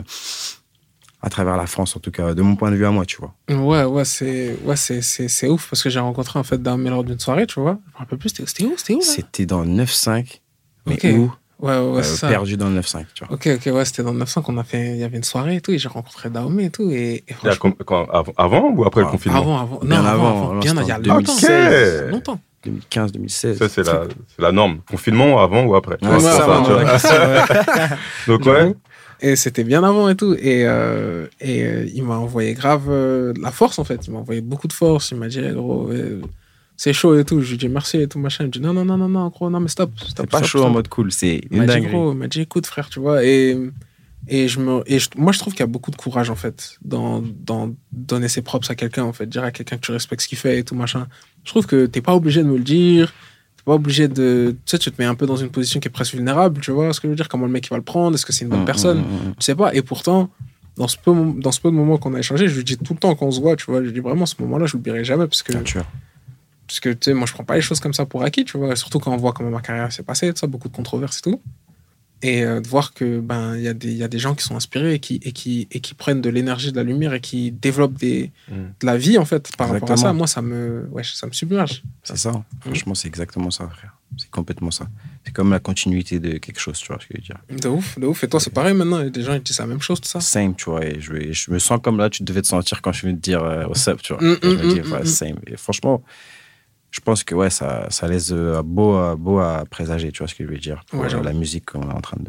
à travers la France, en tout cas, de mon point de vue à moi, tu vois. Ouais, ouais, c'est, ouais, c'est, c'est, c'est ouf, parce que j'ai rencontré, en fait, Damel lors d'une soirée, tu vois. Je me rappelle plus, c'était, c'était où, c'était où, là ? C'était dans le neuf cinq, mais okay. où ? Ouais, ouais, ouais, euh, c'est ça. Perdu dans le neuf cinq, tu vois. Ok, ok, ouais, c'était dans le neuf cinq qu'on a fait, il y avait une soirée et tout, et j'ai rencontré Dahomey et tout, et, et franchement... Quand, quand, avant ou après ah, le confinement ? Avant, avant. Bien non, avant, avant, avant. Bien, il y a longtemps. Okay. Longtemps. deux mille quinze, deux mille seize. Ça, c'est la, c'est la norme. Confinement, avant ou après? Tu Ouais, vois, c'est c'est ça, ça, ouais, tu vois. la question, ouais. Donc, ouais. Et c'était bien avant et tout. Et, euh, et euh, il m'a envoyé grave euh, de la force, en fait. Il m'a envoyé beaucoup de force. Il m'a dit, eh, gros, euh, c'est chaud et tout. Je lui ai dit merci et tout, machin. Il me dit, non, non, non, non, non, gros, non, mais stop. stop C'est pas stop, chaud stop. en mode cool, c'est Il une m'a dit, dinguerie. gros, il m'a dit, écoute, frère, tu vois. Et, et, je me, et je- moi, je trouve qu'il y a beaucoup de courage, en fait, dans, dans donner ses props à quelqu'un, en fait. Dire à quelqu'un que tu respectes ce qu'il fait et tout, machin. Je trouve que t'es pas obligé de me le dire. T'es pas obligé de. Tu sais, tu te mets un peu dans une position qui est presque vulnérable, tu vois ce que je veux dire? Comment le mec il va le prendre? Est-ce que c'est une bonne Mm, personne? mm, mm, mm. Je sais pas. Et pourtant, dans ce peu, dans ce peu de moments qu'on a échangé, je lui dis tout le temps qu'on se voit, tu vois. Je lui dis vraiment, ce moment-là, je l'oublierai jamais parce que, Bien sûr. parce que tu sais, moi, je prends pas les choses comme ça pour acquis, tu vois. Surtout quand on voit comment ma carrière s'est passée, tout ça, beaucoup de controverses et tout. Et euh, de voir que ben il y a des il y a des gens qui sont inspirés et qui et qui et qui prennent de l'énergie, de la lumière et qui développent des Mm. de la vie en fait par rapport à ça. Exactement. Moi, ça me ouais, ça me submerge. C'est ça. Franchement, c'est exactement ça, frère. C'est complètement ça. C'est comme la continuité de quelque chose, tu vois ce que je veux dire. De ouf, de ouf. Et toi, c'est pareil maintenant. Il y a des gens qui disent la même chose, tout ça. Same, tu vois. Et je, et je me sens comme là, tu devais te sentir quand je viens de dire euh, what's up, tu vois. Mm, Et je me mm, dis, mm, ouais, mm. same. Et franchement, je pense que ouais, ça, ça laisse euh, beau, à- beau à présager, tu vois ce que je veux dire. Pour Ouais, euh, j'avoue. la musique qu'on est en train de,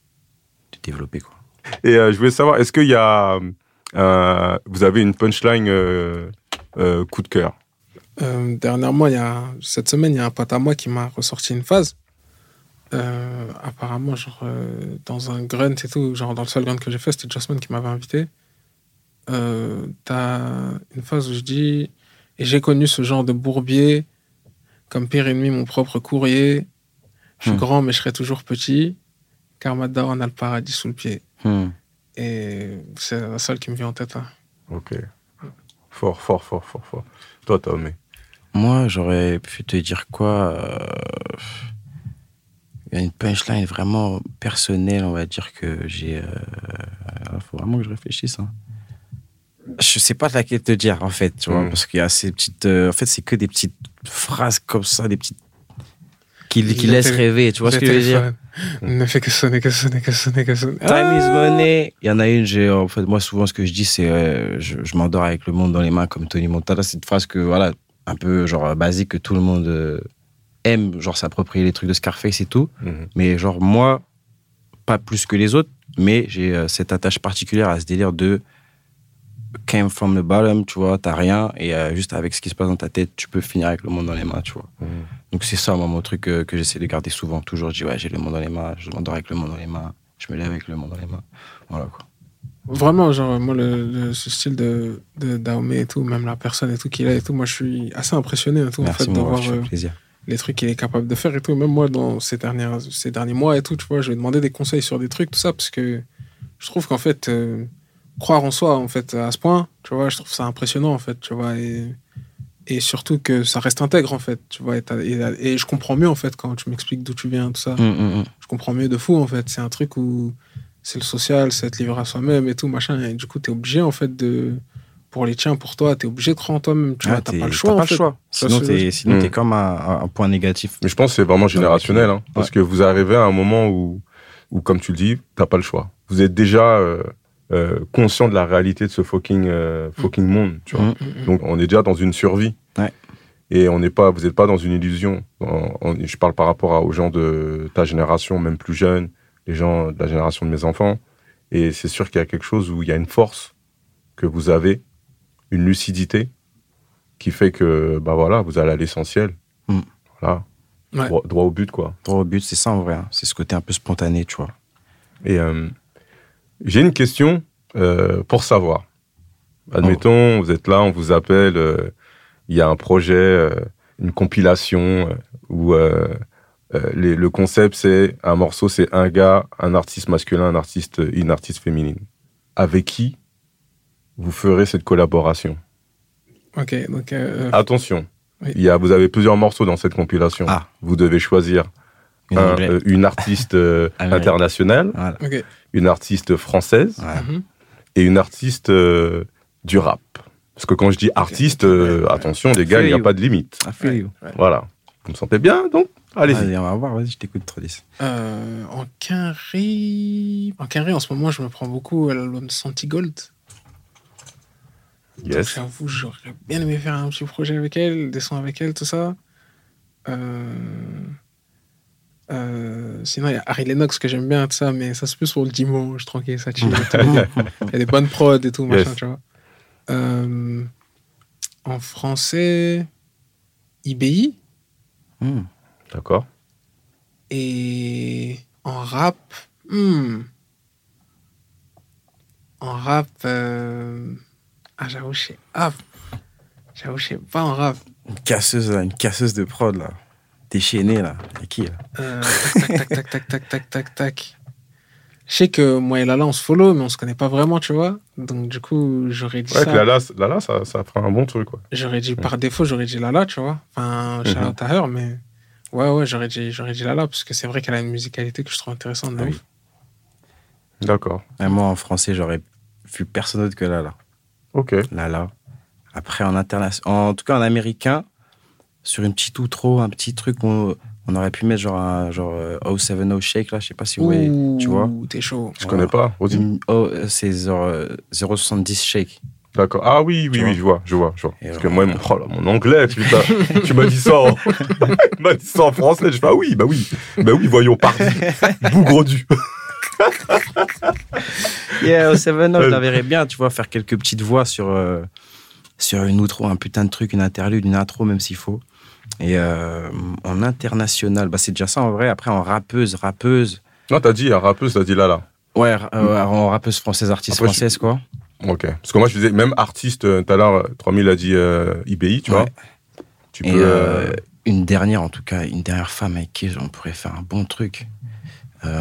de développer, quoi. Et euh, je voulais savoir, est-ce qu'il y a. euh, vous avez une punchline euh, euh, coup de cœur? Euh, dernièrement, il y a, cette semaine, il y a un pote à moi qui m'a ressorti une phase. Euh, apparemment, genre, euh, dans un grunt et tout, genre, dans le seul grunt que j'ai fait, c'était Jossman qui m'avait invité. Euh, t'as une phase où je dis, et j'ai connu ce genre de bourbier, comme pire ennemi, mon propre courrier. Je suis Hmm. grand, mais je serai toujours petit, car ma daronne a le paradis sous le pied. Hmm. Et c'est la seule qui me vient en tête. Hein. Ok. Fort, fort, fort, fort, fort. Toi, Tom. Moi, j'aurais pu te dire quoi euh, Il y a une punchline vraiment personnelle, on va dire, que j'ai. Il faut vraiment que je réfléchisse. Hein. Je sais pas laquelle te dire, en fait, tu vois, Mm. parce qu'il y a ces petites. euh, en fait, c'est que des petites phrases comme ça, des petites. qui, qui Le laissent tél- rêver, tu vois ce Le que je veux dire. téléphone ne fait que sonner, que sonner, que sonner, que sonner. Time is Ah money. Il y en a une, j'ai, en fait, moi, souvent, ce que je dis, c'est euh, je, je m'endors avec le monde dans les mains comme Tony Montana. C'est une phrase que, voilà, un peu, genre, basique, que tout le monde euh, aime, genre, s'approprier les trucs de Scarface et tout. Mhm. Mais, genre, moi, pas plus que les autres, mais j'ai euh, cette attache particulière à ce délire de came from the bottom, tu vois, t'as rien, et euh, juste avec ce qui se passe dans ta tête, tu peux finir avec le monde dans les mains, tu vois. Mhm. Donc, c'est ça, moi, mon truc euh, que j'essaie de garder souvent. Toujours, je dis, ouais, j'ai le monde dans les mains, je m'endors avec le monde dans les mains, je me lève avec le monde dans les mains. Voilà, quoi. Vraiment, genre, moi, le, le- ce style de, de Dahomey et tout, même la personne et tout qu'il a et tout, moi, je suis assez impressionné et tout, en Merci, fait, mon de ref, voir ça fait euh, plaisir. les trucs qu'il est capable de faire et tout. Même moi, dans ces, dernières, ces derniers mois et tout, tu vois, je lui ai demandé des conseils sur des trucs, tout ça, parce que je trouve qu'en fait, euh, croire en soi, en fait, à ce point, tu vois, je trouve ça impressionnant, en fait, tu vois, et, et surtout que ça reste intègre, en fait, tu vois, et, t'as- et, et je comprends mieux, en fait, quand tu m'expliques d'où tu viens, tout ça. Hum, hum, hum. Je comprends mieux de fou, en fait. C'est un truc où c'est le social, c'est être livré à soi-même et tout, machin. Et du coup, t'es obligé, en fait, de. Pour les tiens, pour toi, t'es obligé de croire en toi-même. Tu Ah, vois, t'as t'es- pas le choix. T'as en pas le fait. choix. Ça, Sinon, c'est t'es, logique. sinon Mm. t'es comme un, un- un point négatif. Mais je pense que c'est vraiment générationnel, hein, parce Ouais. que vous arrivez à un moment où, où comme tu le dis, t'as pas le choix. Vous êtes déjà euh, euh, conscient de la réalité de ce fucking, euh, fucking monde, tu vois. Mm. Mm, mm. Donc, on est déjà dans une survie. Ouais. Et on n'est pas, vous n'êtes pas dans une illusion. On- on- je parle par rapport à- aux gens de ta génération, même plus jeunes, les gens de la génération de mes enfants. Et c'est sûr qu'il y a quelque chose où il y a une force que vous avez, une lucidité, qui fait que, bah voilà, vous allez à l'essentiel. Mm. Voilà. Ouais. Droit, droit au but, quoi. Droit au but, c'est ça en vrai. hein. C'est ce côté un peu spontané, tu vois. Et euh, j'ai une question euh, pour savoir. Admettons, vous êtes là, on vous appelle, euh, il y a un projet, euh, une compilation, euh, où euh, euh, les- le concept, c'est un morceau, c'est un gars, un artiste masculin, un artiste, une artiste féminine. Avec qui vous ferez cette collaboration? Ok, donc. euh, Attention, Oui. il y a, vous avez plusieurs morceaux dans cette compilation. Ah. Vous devez choisir Une un- anglais. euh, une artiste euh, Américaine. internationale, Voilà. ok. une artiste française, Ouais. Mhm. et une artiste euh, du rap. Parce que quand je dis artiste, euh, Ouais, ouais. attention les gars, il n'y a you. pas de limite. I feel you. Ouais. Voilà. Vous me sentez bien, donc allez-y. Allez, on va voir, vas-y, je t'écoute, Trodis. Euh, en Quinry. En Quinry, en ce moment, je me prends beaucoup à l'album de Santi Gold. Yes. J'avoue, j'aurais bien aimé faire un petit projet avec elle, des sons avec elle, tout ça. Euh, euh, sinon, il y a Harry Lennox que j'aime bien, tout ça, mais ça, c'est plus pour le dimanche, tranquille, ça chill. Il y a des bonnes prods et tout, machin, Yes. tu vois. Euh, en français, I B I. Hmm. D'accord. Et en rap, hmm. en rap, euh... ah, j'avoue, je sais ah, j'avoue, je sais pas en rap. Une casseuse, là, une casseuse de prod, là. Déchaînée, là. Et qui, là? Euh, tac, tac, tac, tac, tac, tac, tac, tac. Je sais que moi et Lala, on se follow, mais on se connaît pas vraiment, tu vois. Donc, du coup, j'aurais dit Ouais, ça. que Lala, Lala ça, ça fera un bon truc, quoi. J'aurais dit, par défaut, j'aurais dit Lala, tu vois. Enfin, shout out à her, mais ouais, ouais, j'aurais dit, j'aurais dit Lala, parce que c'est vrai qu'elle a une musicalité que je trouve intéressante de Ah oui. ouf. D'accord. Et moi, en français, j'aurais vu personne d'autre que Lala. Ok. Lala. Après, en international, en tout cas en américain, sur une petite outro, un petit truc, on, on aurait pu mettre genre un genre euh, oh seven oh Shake, là, je sais pas si vous voyez, tu vois. Ouh, t'es chaud. Je connais pas. Redis. Mm, Oh, euh, c'est genre euh, zéro soixante-dix Shake. D'accord. Ah oui, oui, Tu oui, vois. je vois, je vois, je vois. Et Parce que voilà. moi, mon, oh là, mon anglais, putain, tu m'as dit ça, en... tu m'as dit ça en français. Je fais, ah oui, bah oui, bah oui, voyons, parti. Bougre du. Yeah, oh seven oh, je la verrais bien, tu vois, faire quelques petites voix sur, euh, sur une outro, un putain de truc, une interlude, une intro, même s'il faut. Et euh, en international, bah, c'est déjà ça en vrai. Après, en rappeuse, rappeuse. Non, t'as dit, un rappeuse, t'as dit là, là. Ouais, euh, en rappeuse française, artiste Après, je- française, quoi. Ok. Parce que moi, je disais, même artiste, euh, tout à l'heure, euh, trois mille a dit euh, I B I, tu Ouais. vois. Tu Et peux. euh, euh, une dernière, en tout cas, une dernière femme avec qui on pourrait faire un bon truc. Euh,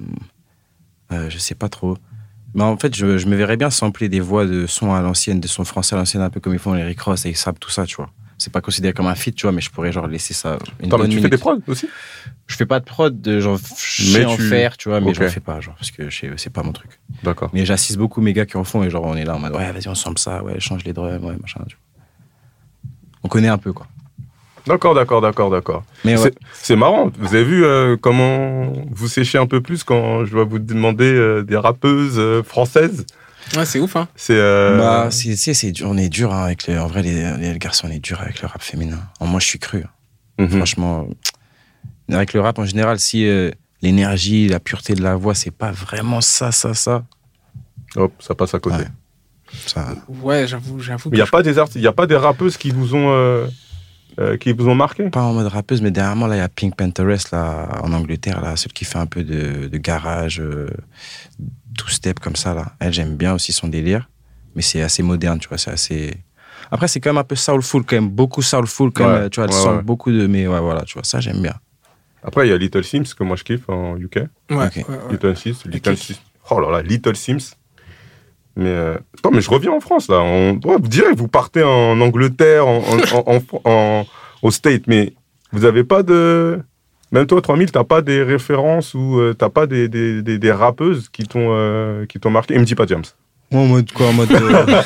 euh, je sais pas trop. Mais en fait, je, je me verrais bien sampler des voix de sons à l'ancienne, de sons français à l'ancienne, un peu comme ils font les Rick Ross et Sab, tout ça, tu vois. C'est pas considéré comme un feat, tu vois, mais je pourrais genre laisser ça une Attends, mais bonne tu minute. fais des prods aussi? Je fais pas de prod, de, genre, je sais Mais en tu- faire, tu vois, mais Ok. j'en fais pas, genre, parce que je sais- c'est pas mon truc. D'accord. Mais j'assiste beaucoup mes gars qui en font et genre, on est là en mode, ouais, vas-y, on sample ça, ouais, change les drums, ouais, machin, tu vois. On connaît un peu, quoi. D'accord, d'accord, d'accord, d'accord. Mais ouais. C'est- C'est marrant. Vous avez vu euh, comment vous séchez un peu plus quand je dois vous demander euh, des rappeuses euh, françaises? Ouais, c'est ouf, hein. C'est. euh, Bah, c'est, c'est, c'est dur, on est dur hein, avec les, en vrai, les, les garçons, on est dur avec le rap féminin. En moi, je suis cru. hein. mhm. Franchement, avec le rap en général, si euh, l'énergie, la pureté de la voix, c'est pas vraiment ça, ça, ça, Hop, ça passe à côté. Ouais. ça. Ouais, j'avoue, j'avoue. Il n'y a que pas des artistes, il y a pas des rappeuses qui vous ont, euh, euh, qui vous ont marqué. Pas en mode rappeuse, mais dernièrement, là, il y a Pink Pinterest, là, en Angleterre, là, celle qui fait un peu de, de garage, euh, two-step comme ça, là. Elle, j'aime bien aussi son délire, mais c'est assez moderne, tu vois, c'est assez... Après, c'est quand même un peu soulful, quand même, beaucoup soulful, quand Ouais, même, tu vois, elle ouais, sent ouais. beaucoup de... Mais ouais, voilà, tu vois, ça, j'aime bien. Après, il y a Little Sims que moi je kiffe en U K. je- Ouais, Ok. ouais, ouais. Little Sims, Little kick. Sims. Oh là là, Little Sims. Mais euh, attends, mais je reviens en France là. On... ouais, vous direz, vous partez en Angleterre, en, en, en, en- en- au State, mais vous avez pas de. Même toi, trois mille, t'as pas des références ou euh, t'as pas des, des, des, des rappeuses qui t'ont euh, qui t'ont marqué. Et me dis pas James. En mode quoi, en mode... euh,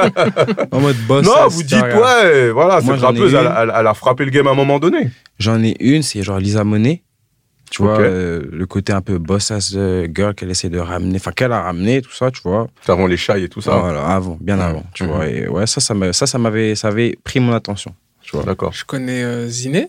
en mode boss. non, ass, vous tu dites, vois, regarde. ouais, voilà, Moi, cette j'en ai rappeuse, une. elle, elle- elle a frappé le game à un moment donné. J'en ai une, c'est genre Lisa Monet. Tu vois, Ok. euh, le côté un peu boss ass euh, girl qu'elle essaie de ramener, enfin qu'elle a ramené, tout ça, tu vois. C'est avant les chats et tout ça. Voilà, avant, bien Mhm. avant, tu Mhm. vois. Et ouais, ça, ça, m'a- ça, ça m'avait, ça avait pris mon attention, tu vois. D'accord. Je connais euh, Ziné,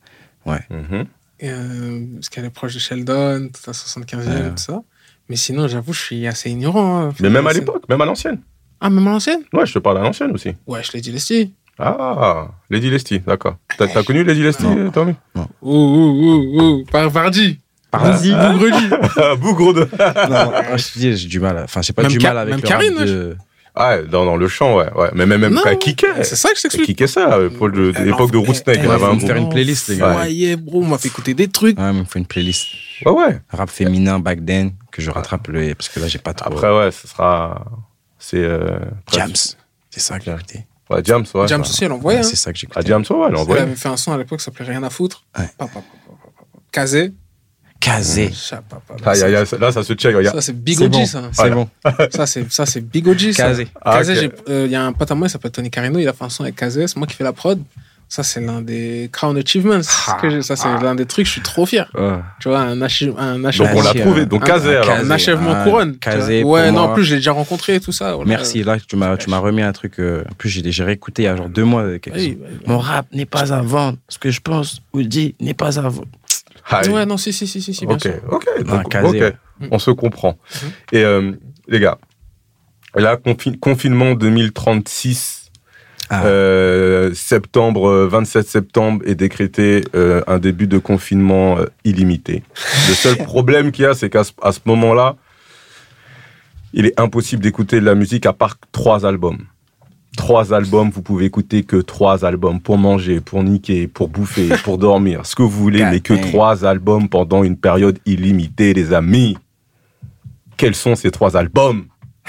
Mhm. euh, parce qu'elle est proche de Sheldon, tout à soixante-quinzième, Ouais. tout ça. Mais sinon, j'avoue, je suis assez ignorant. hein. Mais même à C'est- l'époque, même à l'ancienne. Ah, même à l'ancienne? Ouais, je te parle à l'ancienne aussi. Ouais, je l'ai dit, Leslie. Ah, Lady Lesty, d'accord. T'as t'as connu Lady Lesty, Non. euh, Tommy? Ouh, ouh, ouh, ouh. Par Vardy. Pardi. Bougredi. Bougre de. Non, moi, je te dis, j'ai du mal. à- Enfin, j'ai pas Même du Ka- mal avec même le Karine, rap de... Ah, dans, dans le chant, ouais. ouais. Mais même, même Non, quand elle kickait. C'est ça que je Elle t'explique. kickait ça, euh, pour le- de l'époque de Root Snake. Eh, Il y en avait faut un me groupe. faire une playlist, les gars. Ouais, bro, on m'a fait écouter des trucs. Ouais, mais il me faut une playlist. Ouais, ouais. Rap féminin back then, que je rattrape le... Parce que là, j'ai pas trop... Après, ouais, ce sera. C'est. Euh, Jams. C'est ça que j'ai écouté. Ouais, Jams, ouais. Jams aussi, elle envoyait. Ouais, hein. c'est ça que j'ai Ah, écouté. Jams, ouais, elle Elle envoyait. avait fait un son à l'époque qui s'appelait Rien à foutre. Ouais. Pa, pa, pa, pa, pa, pa. Kazé. Kazé. Cha, pa, pa, pa. Aïe, aïe, aïe, là, ça se check, regarde. Ça, c'est Big C'est O G, bon. ça. C'est bon. Ça, c'est, ça, c'est Big O G, ça. Kazé. Ah, Kazé, ok. j'ai- euh, il y a un pote à moi, il s'appelle Tony Carino, il a fait un son avec Kazé, c'est moi qui fais la prod. Ça, c'est l'un des crown achievements. Ah, que j'ai. Ça, c'est ah. l'un des trucs, je suis trop fier. Ouais. Tu vois, un, achi- un Donc, on l'a Casé, trouvé. euh, Donc, un- Casé, un, alors. Casé. un achèvement Ah, couronne. tu Casé, vois. Ouais, pour non, moi. en plus, je l'ai déjà rencontré et tout ça. Voilà. Merci, là, tu m'as, tu m'as remis un truc. euh, en plus, j'ai, j'ai réécouté il y a genre deux mois. euh, quelque Oui, chose. oui, oui. Mon rap n'est pas à vendre. Ce que je pense ou dis n'est pas à vendre. Aïe. Ouais, non, si, si, si, si, si bien Ok, sûr. ok. Non, Donc, Casé, ok. ouais. On se comprend. Mhm. Et euh, les gars, là, confi- confinement deux mille trente-six. Ah. Euh, septembre, euh, vingt-sept septembre est décrété euh, un début de confinement euh, illimité. Le seul problème qu'il y a, c'est qu'à ce, à ce moment-là, il est impossible d'écouter de la musique à part trois albums. Trois albums, vous pouvez écouter que trois albums pour manger, pour niquer, pour bouffer, pour dormir, ce que vous voulez, mais que God damn. trois albums pendant une période illimitée, les amis. Quels sont ces trois albums?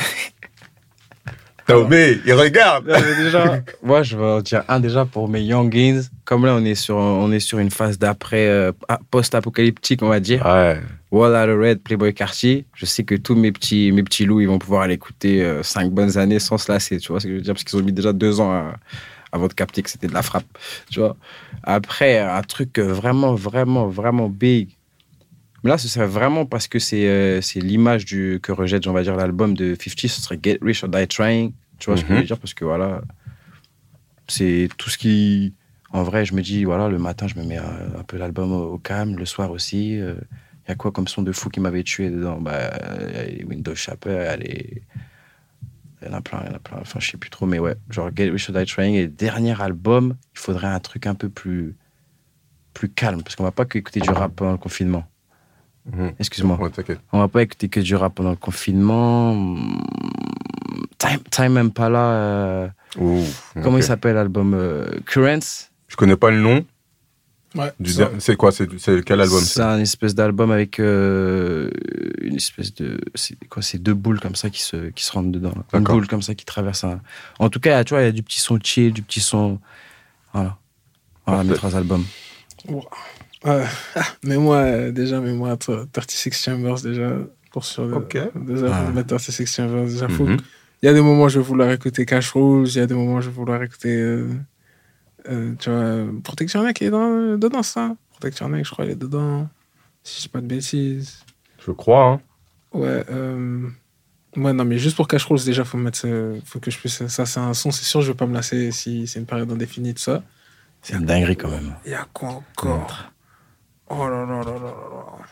Tomé, il regarde. Non, mais déjà, moi, je vais en dire un déjà pour mes youngins. Comme là, on est sur, on est sur une phase d'après, euh, post-apocalyptique, on va dire. Ouais. Wall Out of Red, Playboy Cartier. Je sais que tous mes petits, mes petits loups, ils vont pouvoir aller écouter euh, cinq bonnes années sans se lasser, tu vois ce que je veux dire? Parce qu'ils ont mis déjà deux ans à, avant de capter que c'était de la frappe, tu vois. Après, un truc vraiment, vraiment, vraiment big. Mais là, ce serait vraiment parce que c'est, euh, c'est l'image du, que rejette, on va dire, l'album de fifty, ce serait Get Rich or Die Trying. Tu vois ce que je veux dire? Parce que voilà, c'est tout ce qui... En vrai, je me dis, voilà, le matin, je me mets un, un peu l'album au, au calme, le soir aussi. Il euh, y a quoi comme son de fou qui m'avait tué dedans? Bah, y a les Windows Chapel, il y en a plein, il y en a plein. Enfin, je sais plus trop, mais ouais, genre Get Rich or Die Trying. Et dernier album, il faudrait un truc un peu plus, plus calme, parce qu'on va pas que écouter du rap pendant le confinement. Mmh. Excuse-moi. Ouais, t'inquiète. On va pas écouter que du rap pendant le confinement. Time, Time Impala. Euh, Ouh, comment ok. il s'appelle l'album euh, Currents. Je connais pas le nom. Ouais, Du ça. der- C'est quoi? C'est c'est quel album? C'est un espèce d'album avec euh, une espèce de. C'est quoi? C'est deux boules comme ça qui se, qui se rentrent dedans. Là. Une D'accord. boule comme ça qui traverse un. En tout cas, tu vois, il y a du petit son chill, du petit son. Voilà. Voilà mes Parfait. trois albums. Euh, ah, mais moi, euh, déjà, mais moi, trente-six Chambers, déjà, pour sur le. Ok. Déjà, Ah. pour mettre trente-six Chambers, déjà, faut. Mhm. Il y a des moments où je vais vouloir écouter Cash Rules, il y a des moments où je vais vouloir écouter. Euh, euh, tu vois, Protection Neck, il est dans, dedans, ça. Protection Neck, je crois, il est dedans. Si je dis pas de bêtises. Je crois, hein. Ouais, euh... ouais, non, mais juste pour Cash Rules, déjà, faut me mettre. ce- Faut que je puisse. Ça, c'est un son, c'est sûr, je vais pas me lasser si c'est une période indéfinie, tout ça. C'est une dinguerie quand même. Il y a quoi encore? Oh là là là là là là.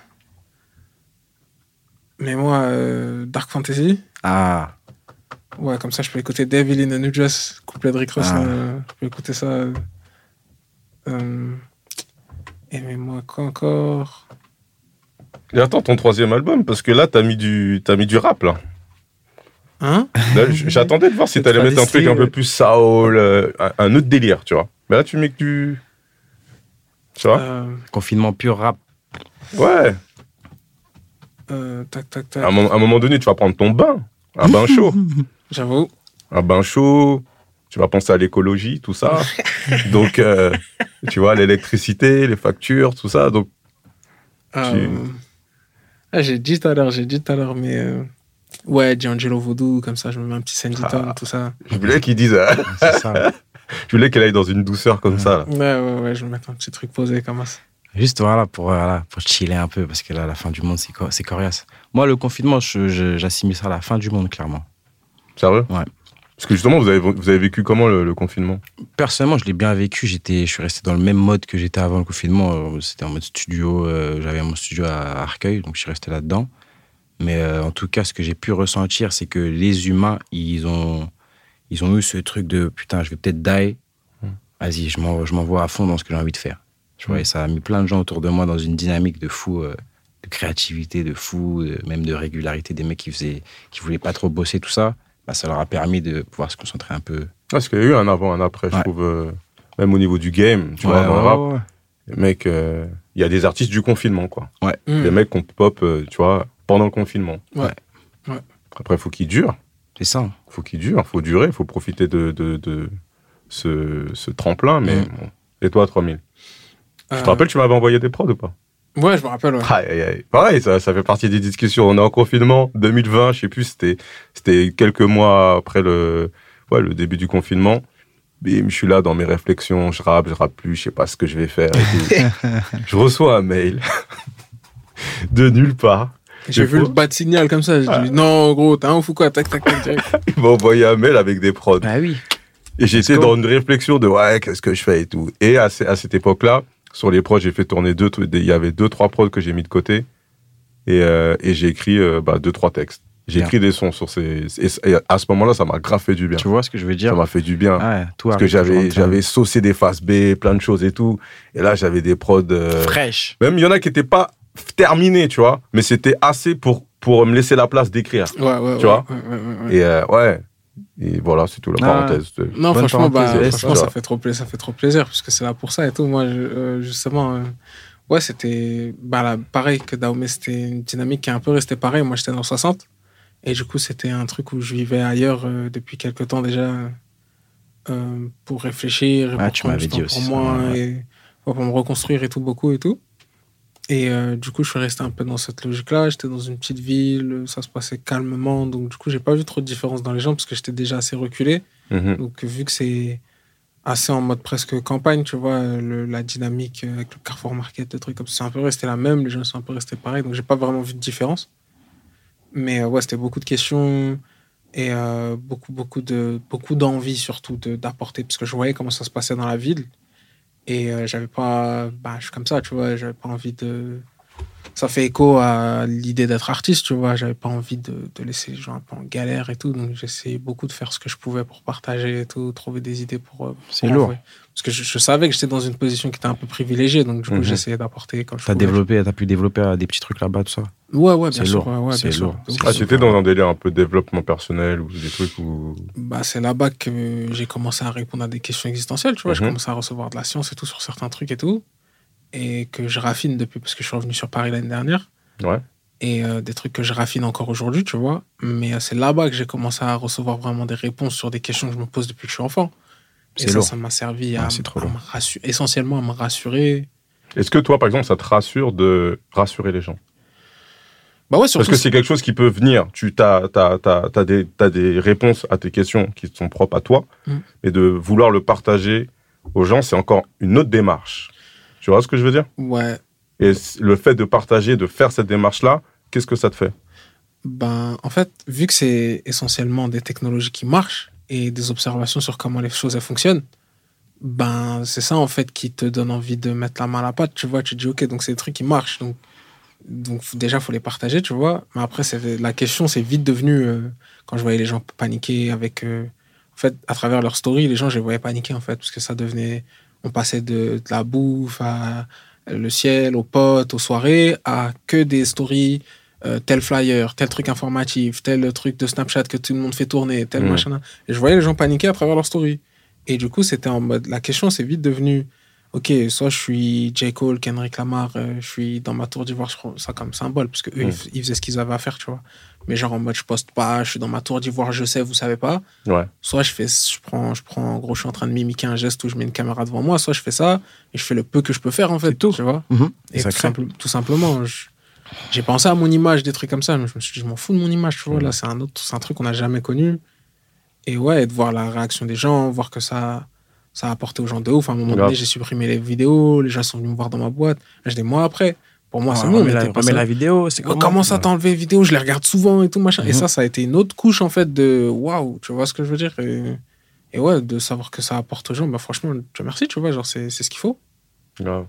Mais moi, euh, Dark Fantasy. Ah, Ouais, comme ça, je peux écouter Devil in a New Dress, couplet de Rick Ross. Ah. euh, je peux écouter ça. euh, euh, et mais moi, quoi encore? Et attends, ton troisième album, parce que là, t'as mis du, t'as mis du rap, là. Hein? Là, j- j'attendais de voir si C'est t'allais mettre un truc travesti, un peu ouais. plus soul, euh, un, un autre délire, tu vois. Mais là, tu mets que du... Tu vois? euh, confinement pur rap. Ouais. euh, tac, tac, À un, tac. moment, à un moment donné, tu vas prendre ton bain. Un bain chaud. J'avoue. Un bain chaud. Tu vas penser à l'écologie, tout ça. Donc, euh, tu vois, l'électricité, les factures, tout ça. Donc, Euh, ah, j'ai dit tout à l'heure, j'ai dit tout à l'heure, mais. euh, Ouais, D'Angelo Voodoo, comme ça, je me mets un petit Sandy Tom, Ah. tout ça. je voulais qu'ils disent... euh, C'est ça. je voulais qu'elle aille dans une douceur comme ça, là. Ouais, ouais, ouais, je vais mettre un petit truc posé comme ça. Juste voilà pour, voilà, pour chiller un peu, parce que là, la fin du monde, c'est, co- c'est coriace. Moi, le confinement, je, je- j'assimile ça à la fin du monde, clairement. Sérieux? Ouais. Parce que justement, vous avez, vous avez vécu comment le, le confinement? Personnellement, je l'ai bien vécu. J'étais, je suis resté dans le même mode que j'étais avant le confinement. Euh, C'était en mode studio. euh, j'avais mon studio à Arcueil, donc je suis resté là-dedans. Mais euh, en tout cas, ce que j'ai pu ressentir, c'est que les humains, ils ont, ils ont eu ce truc de putain, je vais peut-être die. Vas-y, je, m'en, je m'envoie à fond dans ce que j'ai envie de faire. Tu vois, et ça a mis plein de gens autour de moi dans une dynamique de fou, euh, de créativité, de fou, euh, même de régularité. Des mecs qui faisaient, qui voulaient pas trop bosser, tout ça. Bah, ça leur a permis de pouvoir se concentrer un peu. Parce qu'il y a eu un avant, un après, je Ouais. trouve. euh, même au niveau du game, tu vois, dans le rap. Les mecs, euh, il y a des artistes du confinement, quoi. Ouais. Mm. Les mecs qu'on pop, euh, tu vois, pendant le confinement. Ouais. Ouais. Après, il faut qu'ils durent. C'est ça. Il faut qu'ils durent, il faut durer, il faut profiter de, de, de ce, ce tremplin. Mais Mm. bon. Et toi, trois mille Tu Euh, te rappelles, tu m'avais envoyé des prods ou pas? Ouais, je me rappelle, ouais. Aïe, aïe, aïe. Pareil, ça, ça fait partie des discussions. On est en confinement, deux mille vingt, je sais plus, c'était, c'était quelques mois après le, ouais, le début du confinement. bim, je suis là dans mes réflexions, je rappe, je rappe plus, je sais pas ce que je vais faire. Et tout. Je reçois un mail de nulle part. J'ai vu le bas de signal comme ça. J'ai Ah. dit, non, gros, t'as un ouf ou quoi? Tac, tac, tac, direct. Il m'a envoyé un mail avec des prods. Bah oui. Et j'étais go. dans une réflexion de ouais, qu'est-ce que je fais et tout. Et à, ce- à cette époque-là, sur les prods, j'ai fait tourner deux, trucs- il y avait deux, trois prods que j'ai mis de côté. Et, euh, et j'ai écrit euh, bah, deux, trois textes. J'ai Bien. écrit des sons sur ces. Et, et à ce moment-là, ça m'a grave fait du bien. Tu vois ce que je veux Ça dire? m'a fait du bien. Ouais, tout Parce que arrive toujours en j'avais, temps. j'avais saucé des faces B, plein de choses et tout. Et là, j'avais des prods. euh, Fraîche. Même il y en a qui n'étaient pas terminés, tu vois. Mais c'était assez pour, pour me laisser la place d'écrire. Ouais, ouais, Tu ouais, vois ouais, ouais, ouais, ouais. Et euh, ouais. Et voilà, c'est tout la Ah. parenthèse. Non, Bonne franchement, bah, parenthèse, franchement ça. ça, fait trop plaisir, ça fait trop plaisir, parce que c'est là pour ça et tout. Moi, je- euh, justement, euh, ouais, c'était bah, là, pareil que Dahomey, c'était une dynamique qui est un peu restée pareille. Moi, j'étais dans soixante. Et du coup, c'était un truc où je vivais ailleurs euh, depuis quelques temps déjà euh, pour réfléchir, et Ah, pour tu prendre m'avais du dit temps aussi pour ça, moi ouais. et pour me reconstruire et tout, beaucoup et tout. Et euh, du coup, je suis resté un peu dans cette logique-là. J'étais dans une petite ville, ça se passait calmement. Donc, du coup, j'ai pas vu trop de différence dans les gens parce que j'étais déjà assez reculé. Mhm. Donc, vu que c'est assez en mode presque campagne, tu vois, le- la dynamique avec le Carrefour Market, le truc comme ça, c'est un peu resté la même. Les gens sont un peu restés pareils. Donc, j'ai pas vraiment vu de différence. Mais euh, ouais, c'était beaucoup de questions et euh, beaucoup, beaucoup, de, beaucoup d'envie surtout de, d'apporter. Parce que je voyais comment ça se passait dans la ville. Et euh, j'avais pas. Bah, je suis comme ça, tu vois, j'avais pas envie de. Ça fait écho à l'idée d'être artiste, tu vois. J'avais pas envie de, de laisser les gens un peu en galère et tout. Donc, j'essayais beaucoup de faire ce que je pouvais pour partager et tout, trouver des idées pour. euh, C'est pour lourd. envoyer. Parce que je, je savais que j'étais dans une position qui était un peu privilégiée. Donc, du coup, Mhm. j'essayais d'apporter comme je T'as pouvais. développé, t'as pu développer euh, des petits trucs là-bas, tout ça. Ouais, ouais, bien C'est sûr. lourd, Ouais, ouais, c'est bien sûr. lourd. De ouf. Ah, j'étais dans un délire un peu développement personnel ou des trucs où. Bah, c'est là-bas que j'ai commencé à répondre à des questions existentielles, tu vois. Je Mhm. commençais à recevoir de la science et tout sur certains trucs et tout. Et que je raffine depuis, parce que je suis revenu sur Paris l'année dernière. Ouais. Et euh, des trucs que je raffine encore aujourd'hui, tu vois. Mais euh, c'est là-bas que j'ai commencé à recevoir vraiment des réponses sur des questions que je me pose depuis que je suis enfant. Et C'est ça, lourd. ça m'a servi à, Ouais, c'est trop à lourd. me rassurer, essentiellement à me rassurer. Est-ce que toi, par exemple, ça te rassure de rassurer les gens? Bah ouais, surtout. Parce que c'est quelque chose qui peut venir. Tu as, t'as, t'as, t'as des, t'as des réponses à tes questions qui sont propres à toi. Mm. Et de vouloir le partager aux gens, c'est encore une autre démarche. Tu vois ce que je veux dire? Ouais. Et c- le fait de partager, de faire cette démarche-là, qu'est-ce que ça te fait? Ben, en fait, vu que c'est essentiellement des technologies qui marchent et des observations sur comment les choses elles fonctionnent, ben, c'est ça en fait qui te donne envie de mettre la main à la pâte. Tu vois, tu te dis, ok, donc c'est des trucs qui marchent. Donc, donc f- déjà, il faut les partager, tu vois. Mais après, c'est, la question, c'est vite devenu, euh, quand je voyais les gens paniquer avec. euh, en fait, à travers leur story, les gens, je les voyais paniquer en fait, parce que ça devenait. On passait de, de la bouffe à le ciel, aux potes, aux soirées, à que des stories. Euh, tel flyer, tel truc informatif, tel truc de Snapchat que tout le monde fait tourner, tel Mm. machin. Et je voyais les gens paniquer à travers leur story. Et du coup, c'était en mode. La question, c'est vite devenu. Ok, soit je suis J. Cole, Kendrick Lamar, euh, je suis dans ma tour d'ivoire, je prends ça comme symbole, parce que eux, Mm. ils, f- ils faisaient ce qu'ils avaient à faire, tu vois. Mais genre en mode, je poste pas, je suis dans ma tour d'ivoire, je sais, vous savez pas. Ouais. Soit je fais, je prends, je prends, en gros, je suis en train de mimiquer un geste où je mets une caméra devant moi, soit je fais ça, et je fais le peu que je peux faire, en fait, tout. tu vois. Mhm. Et Ça tout, crée. simple- tout simplement, je- j'ai pensé à mon image, des trucs comme ça, mais je me suis dit, je m'en fous de mon image, tu vois. Mm. Là, c'est un autre, c'est un truc qu'on n'a jamais connu. Et ouais, et de voir la réaction des gens, voir que ça, ça a apporté aux gens de ouf. À un moment Grave. donné, j'ai supprimé les vidéos, les gens sont venus me voir dans ma boîte. J'ai des mois après. Pour moi, Ouais, c'est bon, on remets la, était remets passé- la vidéo, c'est comment, comment comment ça t'as enlevé les vidéos? Je les regarde souvent et tout, machin. Et Mhm. ça, ça a été une autre couche, en fait, de waouh, tu vois ce que je veux dire? Et, et ouais, de savoir que ça apporte aux gens, bah franchement, Dieu merci, tu vois, genre, c'est c'est ce qu'il faut. Grave.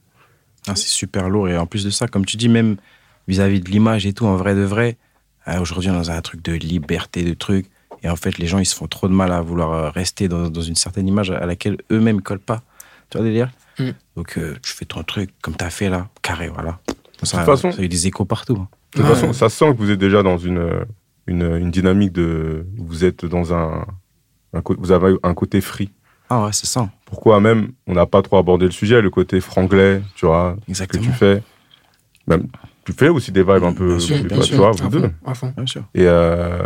Ah, c'est super lourd. Et en plus de ça, comme tu dis, même vis-à-vis de l'image et tout, en vrai de vrai, euh, aujourd'hui, on est dans un truc de liberté, de trucs. Et en fait, les gens, ils se font trop de mal à vouloir euh, rester dans, dans une certaine image à laquelle eux-mêmes collent pas. Tu vois le délire? Mm. Donc, euh, tu fais ton truc comme tu as fait là, carré, voilà. Ça, toute façon- ça a eu des échos partout. hein. De toute Ouais. façon, ça sent que vous êtes déjà dans une, une, une dynamique de. Vous êtes dans un. un co- vous avez un côté free. Ah ouais, c'est ça. Pourquoi même, on n'a pas trop abordé le sujet, le côté franglais, tu vois, que Exactement. tu fais. Même, tu fais aussi des vibes un peu. Bien sûr, tu bien vois, sûr. tu vois, à vous deux. fond, à fond. Bien sûr. Et, euh,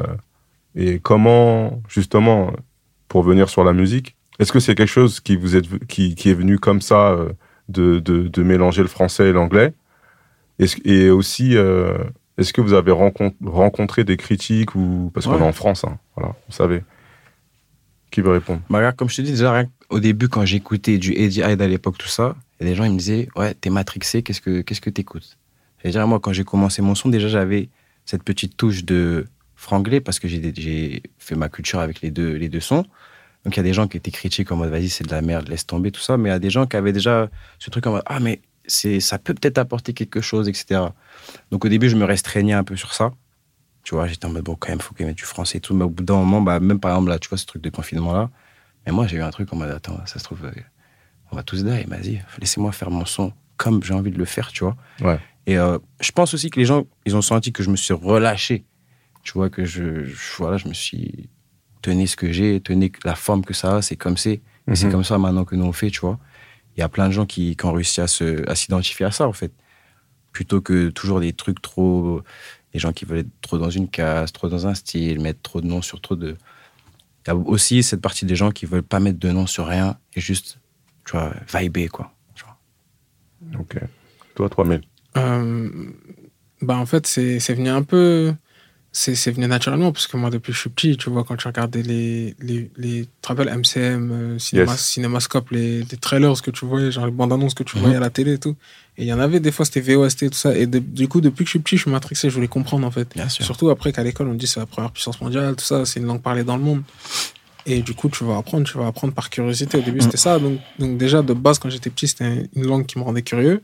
et comment, justement, pour venir sur la musique, est-ce que c'est quelque chose qui, vous êtes, qui, qui est venu comme ça, euh, de, de, de mélanger le français et l'anglais? Est-ce- Et aussi, euh, est-ce que vous avez rencon- rencontré des critiques ou parce qu'on Ouais. est en France, hein, voilà, vous savez, Qui veut répondre? Bah, regarde, comme je te dis, déjà, rien, au début, quand j'écoutais du Eddie Hyde à l'époque, tout ça, et les gens, ils me disaient, ouais, t'es matrixé, qu'est-ce que qu'est-ce que t'écoutes? C'est-à-dire, moi, quand j'ai commencé mon son, déjà, j'avais cette petite touche de franglais, parce que j'ai, j'ai fait ma culture avec les deux, les deux sons. Donc, il y a des gens qui étaient critiques en mode, vas-y, c'est de la merde, laisse tomber, tout ça. Mais il y a des gens qui avaient déjà ce truc en mode, ah, mais c'est, ça peut peut-être apporter quelque chose, et cetera. Donc, au début, je me restreignais un peu sur ça. Tu vois, j'étais en mode, bon, quand même, il faut qu'il y ait du français et tout. Mais au bout d'un moment, bah, même par exemple, là, tu vois, ce truc de confinement-là, mais moi, j'ai eu un truc en mode, attends, ça se trouve, euh, on va tous die, vas-y, laissez-moi faire mon son comme j'ai envie de le faire, tu vois. Ouais. Et euh, je pense aussi que les gens, ils ont senti que je me suis relâché. Tu vois, que je, je, voilà, je me suis tenu ce que j'ai, tenu la forme que ça a, c'est comme c'est. Et mm-hmm. c'est comme ça maintenant que nous on fait, tu vois. Il y a plein de gens qui, qui ont réussi à, se, à s'identifier à ça, en fait. Plutôt que toujours des trucs trop... Les gens qui veulent être trop dans une case, trop dans un style, mettre trop de noms sur trop de... Il y a aussi cette partie des gens qui veulent pas mettre de noms sur rien et juste, tu vois, vibrer, quoi. Tu vois. Ok. Toi, trois mille euh, bah en fait, c'est, c'est venu un peu... C'est, c'est venu naturellement, parce que moi, depuis que je suis petit, tu vois, quand tu regardais les... les, les tu te rappelles, M C M, euh, Cinéma, yes. Cinémascope, les, les trailers que tu voyais, genre les bandes annonces que tu mm-hmm. voyais à la télé et tout. Et il y en avait, des fois, c'était V O S T et tout ça. Et de, du coup, depuis que je suis petit, je suis matrixé, je voulais comprendre, en fait. Bien sûr. Surtout après qu'à l'école, on dit c'est la première puissance mondiale, tout ça, c'est une langue parlée dans le monde. Et du coup, tu vas apprendre, tu vas apprendre par curiosité. Au début, c'était ça. Donc, donc déjà, de base, quand j'étais petit, c'était une langue qui me rendait curieux.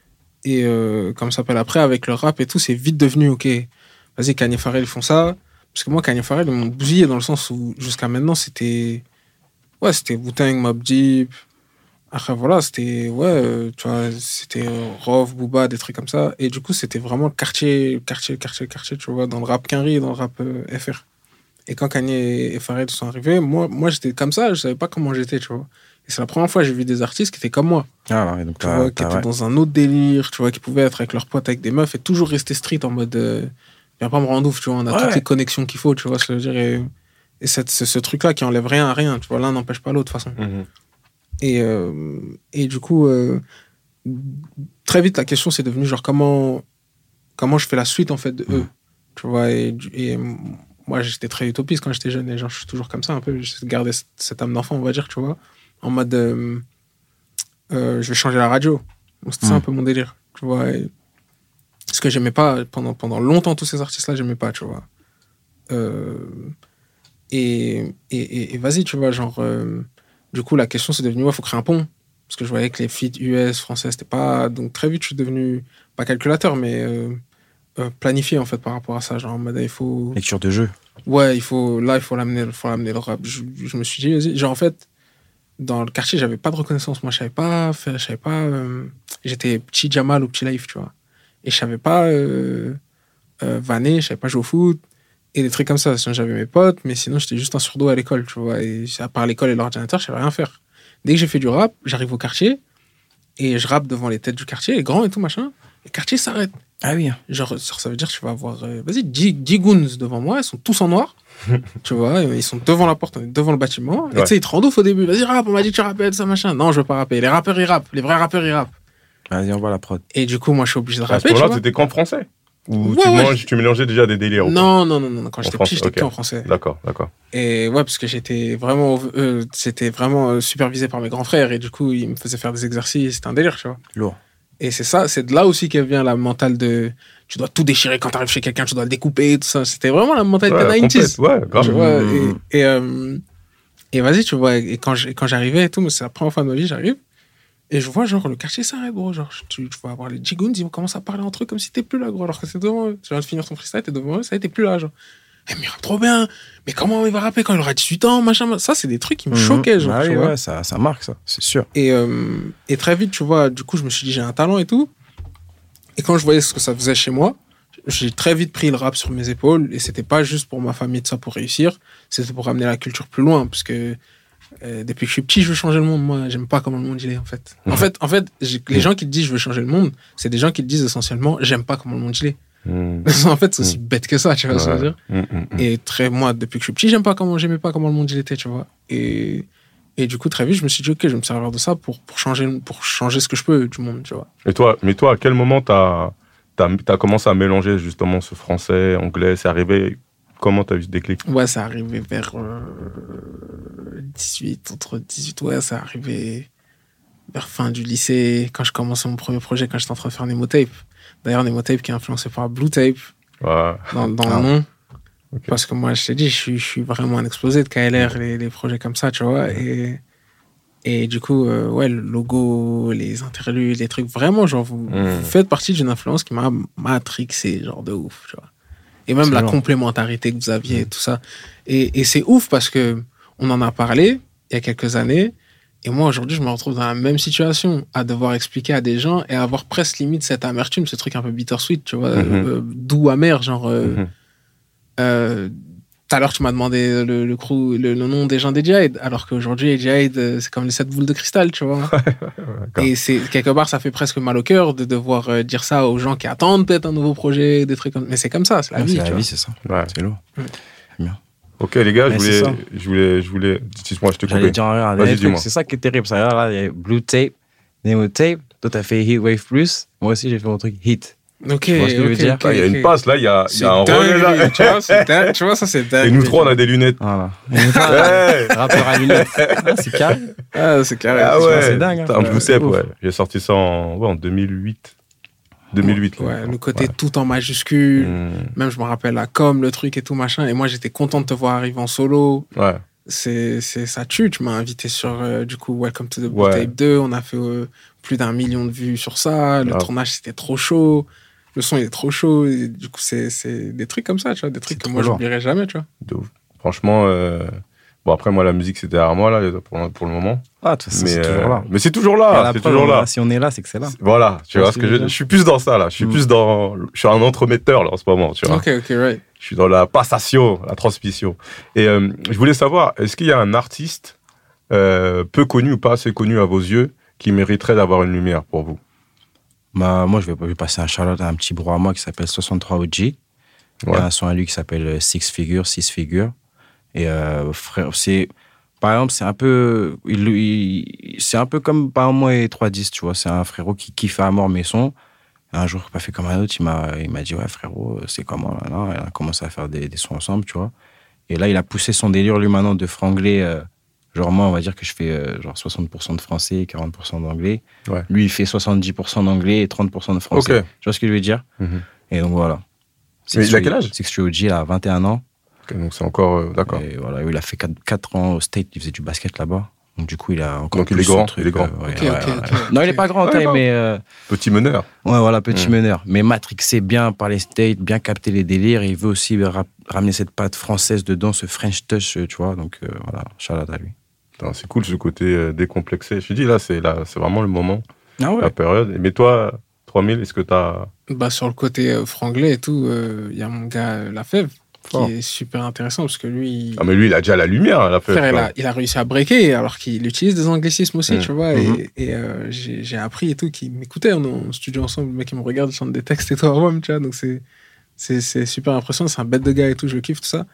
Et euh, comme ça s'appelle après, avec le rap et tout, c'est vite devenu, ok, vas-y, Kanye Pharrell, ils font ça. Parce que moi, Kanye Pharrell, ils m'ont bousillé dans le sens où, jusqu'à maintenant, c'était... Ouais, c'était Wu-Tang, Mobb Deep. Après, voilà, c'était... Ouais, euh, tu vois, c'était euh, Rov, Booba, des trucs comme ça. Et du coup, c'était vraiment quartier, quartier, quartier, quartier, tu vois, dans le rap Quinry et dans le rap euh, F R. Et quand Kanye et Pharrell sont arrivés, moi, moi, j'étais comme ça, je savais pas comment j'étais, tu vois. Et c'est la première fois que j'ai vu des artistes qui étaient comme moi. Ah ouais, donc tu vois, qui étaient ouais. dans un autre délire, tu vois, qui pouvaient être avec leurs potes, avec des meufs, et toujours rester street en mode... Euh, viens pas me rendre ouf, tu vois, on a ouais. toutes les connexions qu'il faut, tu vois ce que je veux dire. Et, et cette, ce, ce truc-là qui enlève rien à rien, tu vois, l'un n'empêche pas l'autre, de toute façon. Mm-hmm. Et, euh, et du coup, euh, très vite, la question, c'est devenu genre comment, comment je fais la suite, en fait, de eux, mm. tu vois. Et, et moi, j'étais très utopiste quand j'étais jeune, et genre, je suis toujours comme ça, un peu, j'ai gardé cette, cette âme d'enfant, on va dire, tu vois, en mode, euh, euh, je vais changer la radio. Donc, c'était mm. ça un peu mon délire, tu vois. Et, ce que j'aimais pas pendant, pendant longtemps, tous ces artistes-là, j'aimais pas, tu vois. Euh, et, et, et, et vas-y, tu vois, genre, euh, du coup, la question, c'est devenu, il ouais, faut créer un pont. Parce que je voyais que les feats U S, français, c'était pas. Donc, très vite, je suis devenu, pas calculateur, mais euh, euh, planifié, en fait, par rapport à ça. Genre, en mode, il faut. Lecture de jeu. Ouais, il faut. Là, il faut l'amener, il faut l'amener le rap. Je, je me suis dit, vas-y. Genre, en fait, dans le quartier, j'avais pas de reconnaissance. Moi, je savais pas faire, je savais pas. Euh, j'étais petit Jamal ou petit Life, tu vois. Et je savais pas euh, euh, vanner, je savais pas jouer au foot, et des trucs comme ça. Sinon, j'avais mes potes, mais sinon, j'étais juste un sourd-dos à l'école, tu vois. Et à part l'école et l'ordinateur, je savais rien faire. Dès que j'ai fait du rap, j'arrive au quartier, et je rappe devant les têtes du quartier, les grands et tout, machin. Et le quartier s'arrête. Ah oui. Genre, ça veut dire que tu vas avoir, euh, vas-y, dix goons devant moi, ils sont tous en noir, tu vois, ils sont devant la porte, on est devant le bâtiment. Ouais. Et tu sais, ils te rendent ouf au début. Vas-y, rappe, on m'a dit que tu rappelles, ça, machin. Non, je veux pas rapper. Les rappeurs, ils rappent. Les vrais rappeurs, ils rappent. Vas-y, on voit la prod. Et du coup, moi, je suis obligé de rapper. À ce moment-là, c'était qu'en français? Ou ouais, tu, ouais, manges, je... tu mélangeais déjà des délires? Non, non, non, non. Quand en j'étais France, petit, j'étais okay. que en français. D'accord, d'accord. Et ouais, parce que j'étais vraiment, euh, c'était vraiment euh, supervisé par mes grands frères. Et du coup, ils me faisaient faire des exercices. C'était un délire, tu vois. Lourd. Et c'est ça, c'est de là aussi qu'elle vient la mentale de tu dois tout déchirer quand t'arrives chez quelqu'un, tu dois le découper, tout ça. C'était vraiment la mentalité ouais, quatre-vingt-dix. Ouais, grave. Tu vois, et, et, euh, et vas-y, tu vois, et quand, quand j'arrivais et tout, mais c'est la première fois de ma vie, j'arrive. Et je vois, genre, le quartier s'arrête, gros. Genre, tu, tu vas avoir les G-Goons, ils vont commencer à parler entre eux comme si t'es plus là, gros. Alors que c'est devant eux. Tu viens de finir ton freestyle, t'es devant eux, ça y est, t'es plus là, genre. Eh, mais il rappe trop bien. Mais comment il va rapper quand il aura dix-huit ans, machin. Ça, c'est des trucs qui me mmh. choquaient, genre. Ah tu oui, vois. Ouais, ça, ça marque, ça, c'est sûr. Et, euh, et très vite, tu vois, du coup, je me suis dit, j'ai un talent et tout. Et quand je voyais ce que ça faisait chez moi, j'ai très vite pris le rap sur mes épaules. Et c'était pas juste pour ma famille, de ça, pour réussir. C'était pour amener la culture plus loin. Parce que. Euh, depuis que je suis petit, je veux changer le monde. Moi, j'aime pas comment le monde il est, en fait. Mmh. En fait, en fait les gens qui te disent je veux changer le monde, c'est des gens qui te disent essentiellement j'aime pas comment le monde il est. Mmh. En fait, c'est aussi mmh. bête que ça, tu vois ouais. ce que je veux dire. Mmh, mmh. Et très, moi, depuis que je suis petit, j'aime pas comment, j'aimais pas comment le monde il était, tu vois. Et, et du coup, très vite, je me suis dit ok, je vais me servir de ça pour, pour, changer, pour changer ce que je peux du monde, tu vois. Et toi, mais toi, à quel moment t'as, t'as, t'as commencé à mélanger justement ce français, anglais, c'est arrivé? Comment t'as vu ce déclic? Ouais, c'est arrivé vers euh, dix-huit, entre dix-huit, ouais, ça arrivait vers fin du lycée, quand je commençais mon premier projet, quand j'étais en train de faire Nemotape. D'ailleurs, Nemotape qui est influencé par Blue Tape, Ouais. dans, dans Ah. le nom. Ok. Parce que moi, je t'ai dit, je suis, je suis vraiment un explosé de K L R, les, les projets comme ça, tu vois. Et, et du coup, euh, ouais, le logo, les interludes, les trucs, vraiment, genre, vous, Mm. vous faites partie d'une influence qui m'a matrixé, genre, de ouf, tu vois. Et même la Excellent. complémentarité que vous aviez et tout ça. Et, et c'est ouf parce que on en a parlé il y a quelques années. Et moi, aujourd'hui, je me retrouve dans la même situation, à devoir expliquer à des gens et à avoir presque limite cette amertume, ce truc un peu bittersweet, tu vois, Mhm. euh, doux, amer, genre. euh, Mhm. euh, Tout à l'heure, tu m'as demandé le, le, crew, le, le nom des gens des Jihad, alors qu'aujourd'hui, Jihad, euh, c'est comme les sept boules de cristal, tu vois. D'accord. Et c'est, quelque part, ça fait presque mal au cœur de devoir euh, dire ça aux gens qui attendent peut-être un nouveau projet, des trucs comme ça. Mais c'est comme ça, c'est la Ouais, vie, c'est tu la vois. vie, c'est ça. Ouais. C'est lourd. Ok, les gars, je Mais voulais, c'est ça. je voulais, je voulais, dis-moi, je te J'allais coupais. dire, regarde, Vas-y, les trucs, dis-moi. c'est ça qui est terrible. Ça, là, il y a Blue Tape, Nemo Tape. Toi, t'as fait Heatwave Plus. Moi aussi, j'ai fait mon truc Hit. Ok, Tu vois ce que je veux ok, dire ok, Ah, il y a ok. une passe, là, il y a, il y C'est a un relais, là. dingue, tu vois, c'est dingue, tu vois, ça, c'est dingue. Et nous trois, on a des lunettes. Voilà. Ouais. Rappeur à lunettes. Ah, c'est carré. Ah, c'est carré. Ah c'est ouais, c'est dingue, hein. Putain, Ouais, Blue c'est Tape, ouf. ouais. J'ai sorti ça en, ouais, en deux mille huit. deux mille huit. Ouais, là. le côté Ouais. tout en majuscule. Mmh. Même, je me rappelle la com, le truc et tout, machin. Et moi, j'étais content de te voir arriver en solo. Ouais. C'est, c'est, ça tue. Tu m'as invité sur, euh, du coup, Welcome to the Blue Ouais. Tape deux. On a fait euh, plus d'un million de vues sur ça. Le Grave. tournage, c'était trop chaud. Le son, il est trop chaud. Et du coup, c'est, c'est des trucs comme ça, tu vois. Des trucs C'est que trop moi, lourd. j'oublierai jamais, tu vois. De ouf. Franchement, euh, bon, après, moi, la musique, c'était derrière moi, là, pour, pour le moment. Ah, de toute façon, Mais, c'est euh, toujours là. mais c'est toujours Et à là. la C'est preuve, toujours on est là. là. Si on est là, c'est que c'est là. Voilà, tu Tu vois vois ce ce que que je je, veux je dire suis plus dans ça, là. Je suis Mm. plus dans. Je suis un entremetteur, là, en ce moment, tu vois. Ok, ok, right. Je suis dans la passation, la transmission. Et euh, je voulais savoir, est-ce qu'il y a un artiste euh, peu connu ou pas assez connu à vos yeux qui mériterait d'avoir une lumière pour vous? Bah, moi, je vais, je vais passer un shout-out à un petit bro à moi qui s'appelle soixante-trois O G. Il y Ouais. a un son à lui qui s'appelle Six Figures, Six Figures. Et euh, frère, c'est. Par exemple, c'est un peu. Il, il- c'est un peu comme par moi et trois dix, tu vois. C'est un frérot qui kiffe à mort mes sons. Un jour, pas fait comme un autre, il m'a, il m'a dit, ouais, frérot, c'est comment là, là. Et on a commencé à faire des, des sons ensemble, tu vois. Et là, il a poussé son délire, lui, maintenant, de franglais. euh, genre, moi, on va dire que je fais euh, genre soixante pour cent de français et quarante pour cent d'anglais. Ouais. Lui, il fait soixante-dix pour cent d'anglais et trente pour cent de français. Ok. Tu vois ce que je veux dire? Mhm. Et donc, voilà. Mais il a quel âge? Six O G, il a vingt et un ans. Ok, donc c'est encore. euh, D'accord. Et voilà, il a fait quatre ans au State, il faisait du basket là-bas. Donc, du coup, il a encore Donc, il plus est grand, son truc, il est grand. euh, ouais, Ok, ouais, ok, ouais. ok. Non, il est pas grand en Ouais, taille, non. mais euh, Petit meneur. ouais, voilà, petit Mm. meneur. Mais matrixé bien par les States, bien capter les délires. Et il veut aussi ra- ramener cette patte française dedans, ce French touch, euh, tu vois. Donc, euh, voilà, shout out à lui. Putain, c'est cool ce côté euh, décomplexé. Je te dis, là, c'est, là, c'est vraiment le moment, Ah la période. Mais toi, trois mille, est-ce que t'as. Bah, sur le côté euh, franglais et tout, il y a mon gars euh, Lafèvre qui Fort. est super intéressant parce que lui, il- Ah, mais lui, il a déjà la lumière, hein, la fête. frère, il, quoi. a, il a réussi à breaker alors qu'il utilise des anglicismes aussi, Mm. tu vois. Mhm. Et, et, euh, j'ai, j'ai appris et tout, qu'il m'écoutait. On est en studio ensemble, le mec, il me regarde, il chante des textes et tout à Rome, tu vois. Donc c'est, c'est, c'est super impressionnant. C'est un bête de gars et tout, je kiffe tout ça.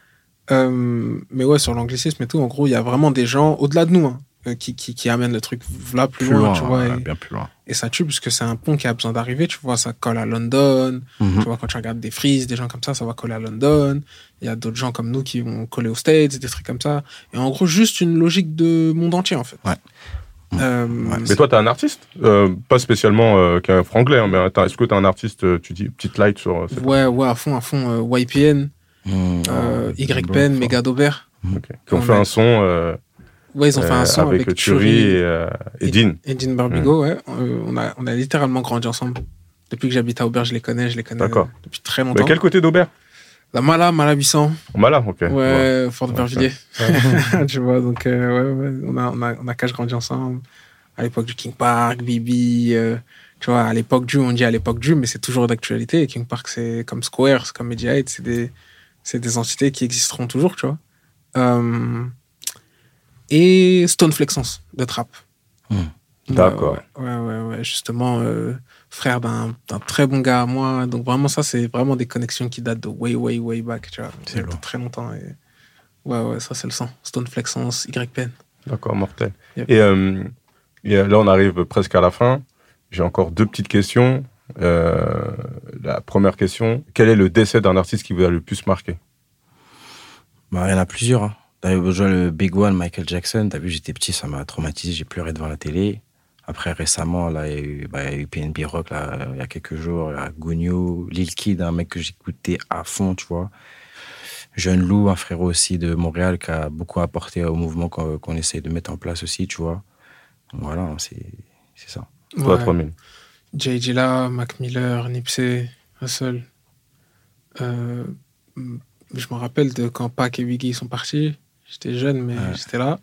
Euh, mais ouais, sur l'anglicisme et tout, en gros, il y a vraiment des gens au-delà de nous hein, euh, qui, qui, qui amènent le truc là plus, loin, tu vois. ouais, et, bien plus loin. et ça tue parce que c'est un pont qui a besoin d'arriver, tu vois. Ça colle à London. Mhm. Tu vois, quand tu regardes des Freeze, des gens comme ça, ça va coller à London. Il y a d'autres gens comme nous qui vont coller aux States, des trucs comme ça. Et en gros, juste une logique de monde entier, en fait. Ouais. Euh, Ouais. Mais toi, t'es un artiste euh, Pas spécialement euh, qu'un franglais, hein, mais attends, est-ce que t'es un artiste, euh, tu dis, petite light sur. euh, cette- ouais, ouais, à fond, à fond. euh, Y P N, Mmh, euh, ouais, Y bon, P N, fort. Mega Dober. Ok. Qui ont On fait a- un son euh, Ouais, ils ont fait un euh, son avec, avec, Turi Turi et, euh, et Dean. et Dean Barbigo, ouais. Euh, on, a, on a littéralement grandi ensemble. Depuis que j'habite à Aubert, je les connais, je les connais D'accord. euh, depuis très Mais longtemps. quel côté d'Aubert La Mala, Mala huit cents. Malin, ok. Ouais, Fort de Ouais, Bervilliers. Tu vois, donc, euh, ouais, ouais, on a, on a, on a cache grandi ensemble. À l'époque du King Park, Bibi, euh, tu vois, à l'époque du, on dit à l'époque du, mais c'est toujours d'actualité. Et King Park, c'est comme Square, c'est comme Media Eight, c'est des, c'est des entités qui existeront toujours, tu vois. Euh, et Stone Flexence, de Trap. Hmm. Ouais, D'accord. Ouais, ouais, ouais, ouais, justement, euh, frère d'un, d'un très bon gars à moi. Donc vraiment, ça, c'est vraiment des connexions qui datent de way, way, way back, tu vois. C'est De lourd. très longtemps. Et... Ouais, ouais, ça, c'est le sang. Stone Flexence, Y P N. D'accord, mortel. Yep. Et, euh, et là, on arrive presque à la fin. J'ai encore deux petites questions. Euh, la première question, quel est le décès d'un artiste qui vous a le plus marqué? Bah, il y en a plusieurs. Hein. T'avais besoin le Big One, Michael Jackson. T'as vu, j'étais petit, ça m'a traumatisé. J'ai pleuré devant la télé. Après, récemment, là, il y a eu, bah, il y a eu P N B Rock, là, il y a quelques jours. Il y a Gonyo, Lil Kid, un mec que j'écoutais à fond, tu vois. Jeune Lou, un frérot aussi de Montréal qui a beaucoup apporté au mouvement qu'on, qu'on essaie de mettre en place aussi, tu vois. Donc, voilà, c'est, c'est ça. Toi, trois mille. Jay Dilla, Mac Miller, Nipsey, Hussle. Euh, je me rappelle de quand Pac et Biggie sont partis. J'étais jeune, mais ouais. j'étais là.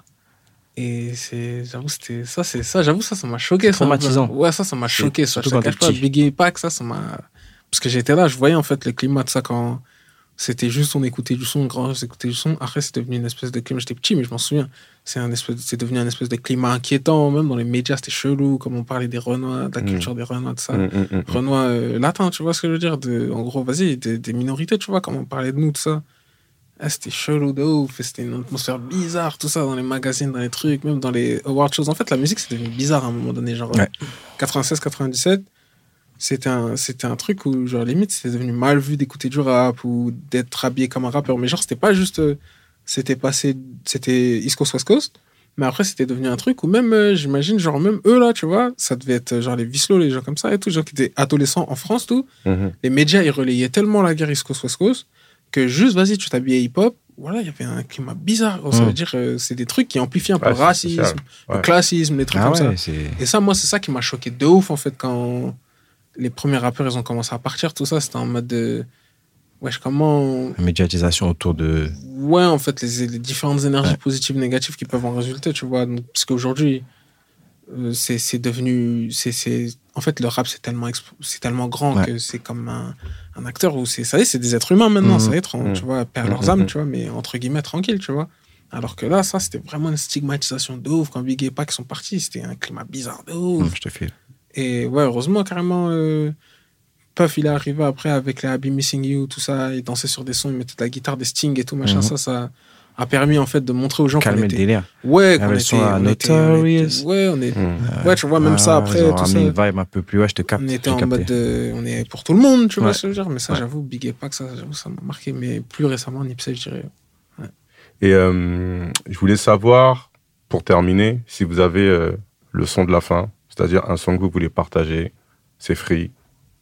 Et c'est, j'avoue, c'était ça, c'est ça, j'avoue, ça, ça m'a choqué. C'est traumatisant. Ça, ouais, ça, ça m'a c'est choqué. Ça, je te cache pas, Biggie et Pac, ça, ça m'a. Parce que j'étais là, je voyais en fait le climat de ça quand c'était juste on écoutait du son, grand, on écoutait du son. Après, c'est devenu une espèce de climat. J'étais petit, mais je m'en souviens. C'est, un espèce, c'est devenu un espèce de climat inquiétant, même dans les médias, c'était chelou, comme on parlait des Renois, de la culture mmh. des Renois, de ça. Mmh, mmh, mmh. Renois euh, latins, tu vois ce que je veux dire de, en gros, vas-y, des, des minorités, tu vois, comment on parlait de nous, tout ça. Ah, c'était chelou de ouf, c'était une atmosphère bizarre, tout ça, dans les magazines, dans les trucs, même dans les award shows. En fait, la musique, c'est devenu bizarre à un moment donné, genre ouais. quatre-vingt-seize quatre-vingt-dix-sept, c'était un, c'était un truc où, genre, limite, c'était devenu mal vu d'écouter du rap ou d'être habillé comme un rappeur. Mais genre, c'était pas juste... C'était passé... C'était East Coast, West Coast, mais après, c'était devenu un truc où même, euh, j'imagine, genre, même eux, là, tu vois, ça devait être, genre, les Vislo, les gens comme ça et tout, les gens qui étaient adolescents en France, tout. Mm-hmm. Les médias, ils relayaient tellement la guerre East Coast, West Coast, que juste, vas-y, tu t'habillais hip-hop, voilà, il y avait un climat bizarre. Ça mmh. veut dire euh, c'est des trucs qui amplifient un peu ouais, le racisme, ouais. le classisme, les trucs ah comme ouais, ça. C'est... Et ça, moi, c'est ça qui m'a choqué de ouf, en fait, quand les premiers rappeurs, ils ont commencé à partir, tout ça, c'était en mode de... Wesh, comment... La médiatisation autour de... Ouais, en fait, les, les différentes énergies ouais. positives, négatives qui peuvent en résulter, tu vois. Donc, parce qu'aujourd'hui, euh, c'est, c'est devenu... C'est, c'est... En fait, le rap, c'est tellement, exp... c'est tellement grand ouais. que c'est comme un... un acteur où c'est, ça y est, c'est des êtres humains maintenant, mmh. ça y est, mmh. tu vois, perdent leurs âmes, tu vois, mais entre guillemets, tranquille, tu vois. Alors que là, ça, c'était vraiment une stigmatisation de ouf. Quand Biggie et Pac sont partis, c'était un climat bizarre de ouf. Mmh, je te file. Et ouais, heureusement, carrément, euh, Puff, il est arrivé après avec les I'll Be Missing You, tout ça, il dansait sur des sons, il mettait de la guitare, des stings et tout, machin, mmh. ça, ça a permis, en fait, de montrer aux gens calmer qu'on était... le délire. Ouais, qu'on était... On Notorious. Était, ouais, on est... Mmh. Ouais, tu vois, même ah, ça, après, tout ça... une vibe un peu plus... Ouais, je te capte. On était en capté. Mode de... On est pour tout le monde, tu ouais. vois ce que je veux dire. Mais ça, ouais. j'avoue, Big et Pac, ça, j'avoue, ça m'a marqué. Mais plus récemment, Nipsey, je dirais. Ouais. Et euh, je voulais savoir, pour terminer, si vous avez euh, le son de la fin, c'est-à-dire un son que vous voulez partager, c'est free.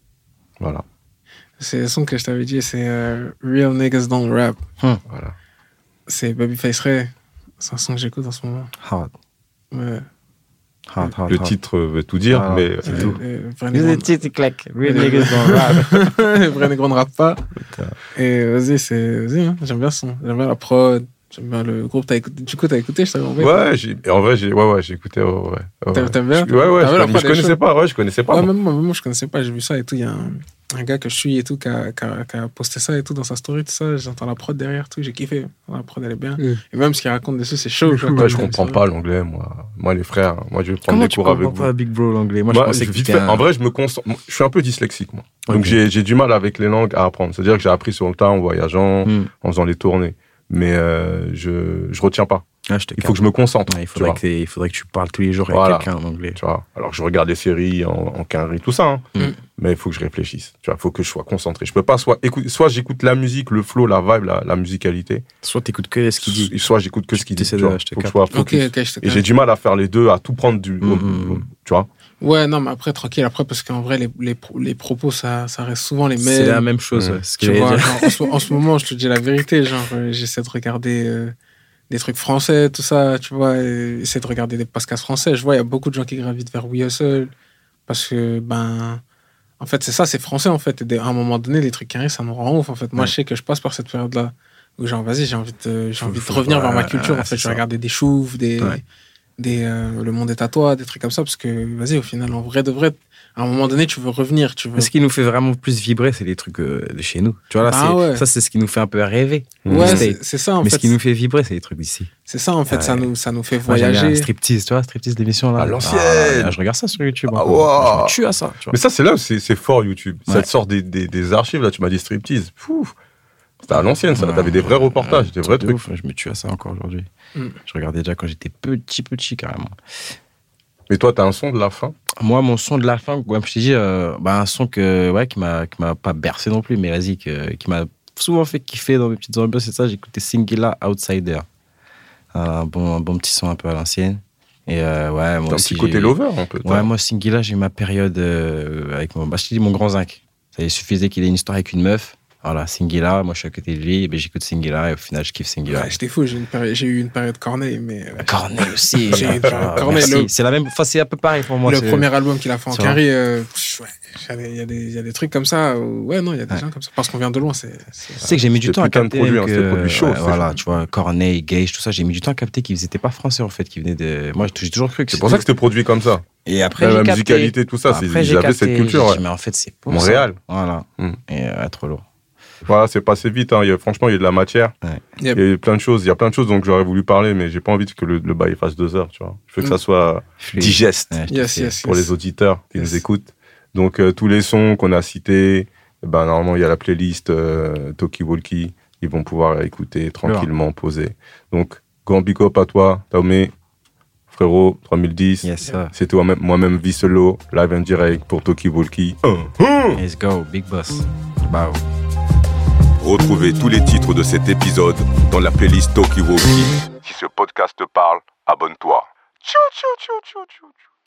Voilà. C'est le son que je t'avais dit, c'est euh, Real Niggas Don't Rap. Hum. Voilà. C'est Babyface Ray. C'est un son que j'écoute en ce moment. Hard. Ouais. Hard, hard, le hard. titre veut tout dire, ah, mais c'est euh, tout. Euh, le titre, il claque. Real Niggas Don't Rap. Les vrais négros ne rappent pas. Putain. Et vas-y, c'est... Vas-y, hein. J'aime bien ce son. J'aime bien la prod. J'aime bien le groupe. T'as écouté... Du coup, t'as écouté, je t'avais envoyé. Ouais, j'ai... en vrai, j'ai... Ouais, ouais, j'ai écouté. Oh, ouais. Oh, ouais. T'aimes bien? Je... Ouais, ouais, je, connais... je connaissais pas. Ouais, je connaissais pas. Ouais, même moi, même moi, je connaissais pas. J'ai vu ça et tout. Il y a un... un gars que je suis et tout, qui a, qui, a, qui a posté ça et tout dans sa story, tout ça. J'entends la prod derrière, tout. J'ai kiffé. La prod, elle est bien. Mm. Et même ce qu'il raconte dessus, c'est chaud. Ouais, je comprends pas l'anglais, moi. Moi, les frères, moi, je vais prendre Comment des cours avec vous. Comment tu comprends pas Big Bro l'anglais? Moi, moi, je pensais que vite fait. un... En vrai, je me concentre. Je suis un peu dyslexique, moi. Okay. Donc, j'ai, j'ai du mal avec les langues à apprendre. C'est-à-dire que j'ai appris sur le tas, en voyageant, mm. en faisant les tournées. Mais euh, je je retiens pas. Ah, je te il faut que je me concentre. Ouais, il, faudrait que il faudrait que tu parles tous les jours avec voilà. quelqu'un en anglais. Tu vois. Alors je regarde des séries en, en quinri, tout ça. Hein. Mm. Mais il faut que je réfléchisse. Tu vois, il faut que je sois concentré. Je peux pas soit écouter, soit j'écoute la musique, le flow, la vibe, la, la musicalité. Soit t'écoutes que ce qu'il dit. Soit j'écoute que ce qu'il dit. Tu vois. Je faut que je sois focus. Okay, okay, je Et j'ai du mal à faire les deux, à tout prendre du. Mm. Au, au, tu vois. Ouais, non, mais après, tranquille, après, parce qu'en vrai, les, les, les propos, ça, ça reste souvent les mêmes. C'est la même chose, mmh. ouais, ce que tu vois, genre, en, ce, en ce moment, je te dis la vérité, genre, euh, j'essaie de regarder euh, des trucs français, tout ça, tu vois, et essayer de regarder des podcasts français. Je vois, il y a beaucoup de gens qui gravitent vers We Hustle, parce que, ben, en fait, c'est ça, c'est français, en fait, et à un moment donné, les trucs qui arrivent, ça nous rend ouf, en fait. Moi, ouais. je sais que je passe par cette période-là, où genre, vas-y, j'ai envie de, j'ai envie de revenir ouais, vers ma culture, ouais, en fait, je vais regarder des choufs, des... Ouais. Des, euh, le monde est à toi, des trucs comme ça, parce que, vas-y, au final, en vrai de vrai, à un moment donné, tu veux revenir. Tu veux... Mais ce qui nous fait vraiment plus vibrer, c'est les trucs euh, de chez nous. Tu vois, là, ah, c'est, ouais. ça, c'est ce qui nous fait un peu rêver. Ouais, c'est, c'est ça, en Mais fait. ce qui nous fait vibrer, c'est les trucs d'ici. C'est ça, en fait, euh, ça, nous, ça nous fait voyager. Moi, j'aime bien striptease, tu vois, striptease d'émission, là. À l'ancienne. Ah, là, je regarde ça sur YouTube. Ah, wow. Je me tue à ça. Tu vois. Mais ça, c'est là où c'est, c'est fort, YouTube. Ouais. Ça te sort des, des, des archives, là, tu m'as dit striptease. Pouf. C'était à l'ancienne, ça. Ouais, t'avais des vrais reportages, ouais, des vrais trucs. Ouf, je me tue à ça encore aujourd'hui. Mm. Je regardais déjà quand j'étais petit, petit, carrément. Et toi, t'as un son de la fin? Moi, mon son de la fin, comme je t'ai dit, euh, bah, un son que, ouais, qui m'a, qui m'a pas bercé non plus, mais vas-y, que, qui m'a souvent fait kiffer dans mes petites ambiances, c'est ça, j'écoutais Singila Outsider. Un bon, un bon petit son un peu à l'ancienne. Et euh, ouais, moi T'as aussi. un petit côté j'ai- lover, un peu. toi. Ouais, moi, Singila, j'ai eu ma période euh, avec mon. Bah, je te dis, mon grand zinc. Ça il suffisait qu'il ait une histoire avec une meuf. Voilà, Singila, moi je suis à côté de lui, et ben, j'écoute Singila et au final je kiffe Singila. Ouais, j'étais fou, j'ai, une période- j'ai eu une période Corneille, mais euh, Corneille aussi. J'ai une période Ah, Corneille, merci. le- C'est la même. Enfin, c'est un peu pareil pour moi. le c'est- premier album qu'il a fait en C'est vrai. carré, euh, pff, ouais, j'avais- il y, a des- il y a des trucs comme ça. Où, ouais, non, il y a des Ouais. gens comme ça. Parce qu'on vient de loin, c'est. c'est- Tu sais que j'ai mis du C'était temps à putain de capter. produit, hein, que- c'était produit chaud, ouais, c'était voilà, chaud. tu vois, Corneille, Gage, tout ça, j'ai mis du temps à capter qu'ils n'étaient pas français en fait, qu'ils venaient de. Moi, j'ai toujours cru que C'est pour ça que c'était produit comme ça. Et après, Même j'ai la capté. musicalité, tout ça, c'est- Après, ils j'ai avaient capté, cette culture, j'ai ouais. dit, mais en fait, c'est pour Montréal. ça. Voilà. Mm. Et euh, trop lourd. Voilà, c'est passé vite. Hein. Il y a, franchement, il y a de la matière. Yep. Il y a plein de choses. Il y a plein de choses dont j'aurais voulu parler, mais j'ai pas envie que le, le bail fasse deux heures. Tu vois. Je veux que Mm. ça soit Fluide. digeste Ouais, je te Yes, fais- yes, pour yes. les auditeurs qui Yes. nous écoutent. Donc, euh, tous les sons qu'on a cités, eh ben, normalement, il y a la playlist euh, Talkie Walkie. Ils vont pouvoir écouter tranquillement, poser. Donc, grand big up à toi, Taumé, frérot, trois mille dix. Yes, sir. C'était moi-même, moi-même Visselo, live and direct pour Talkie Walkie. Uh-huh. Let's go, big boss. Bah, Retrouvez tous les titres de cet épisode dans la playlist Talkie Walkie. Si ce podcast te parle, abonne-toi. Tchou, tchou, tchou, tchou, tchou, tchou.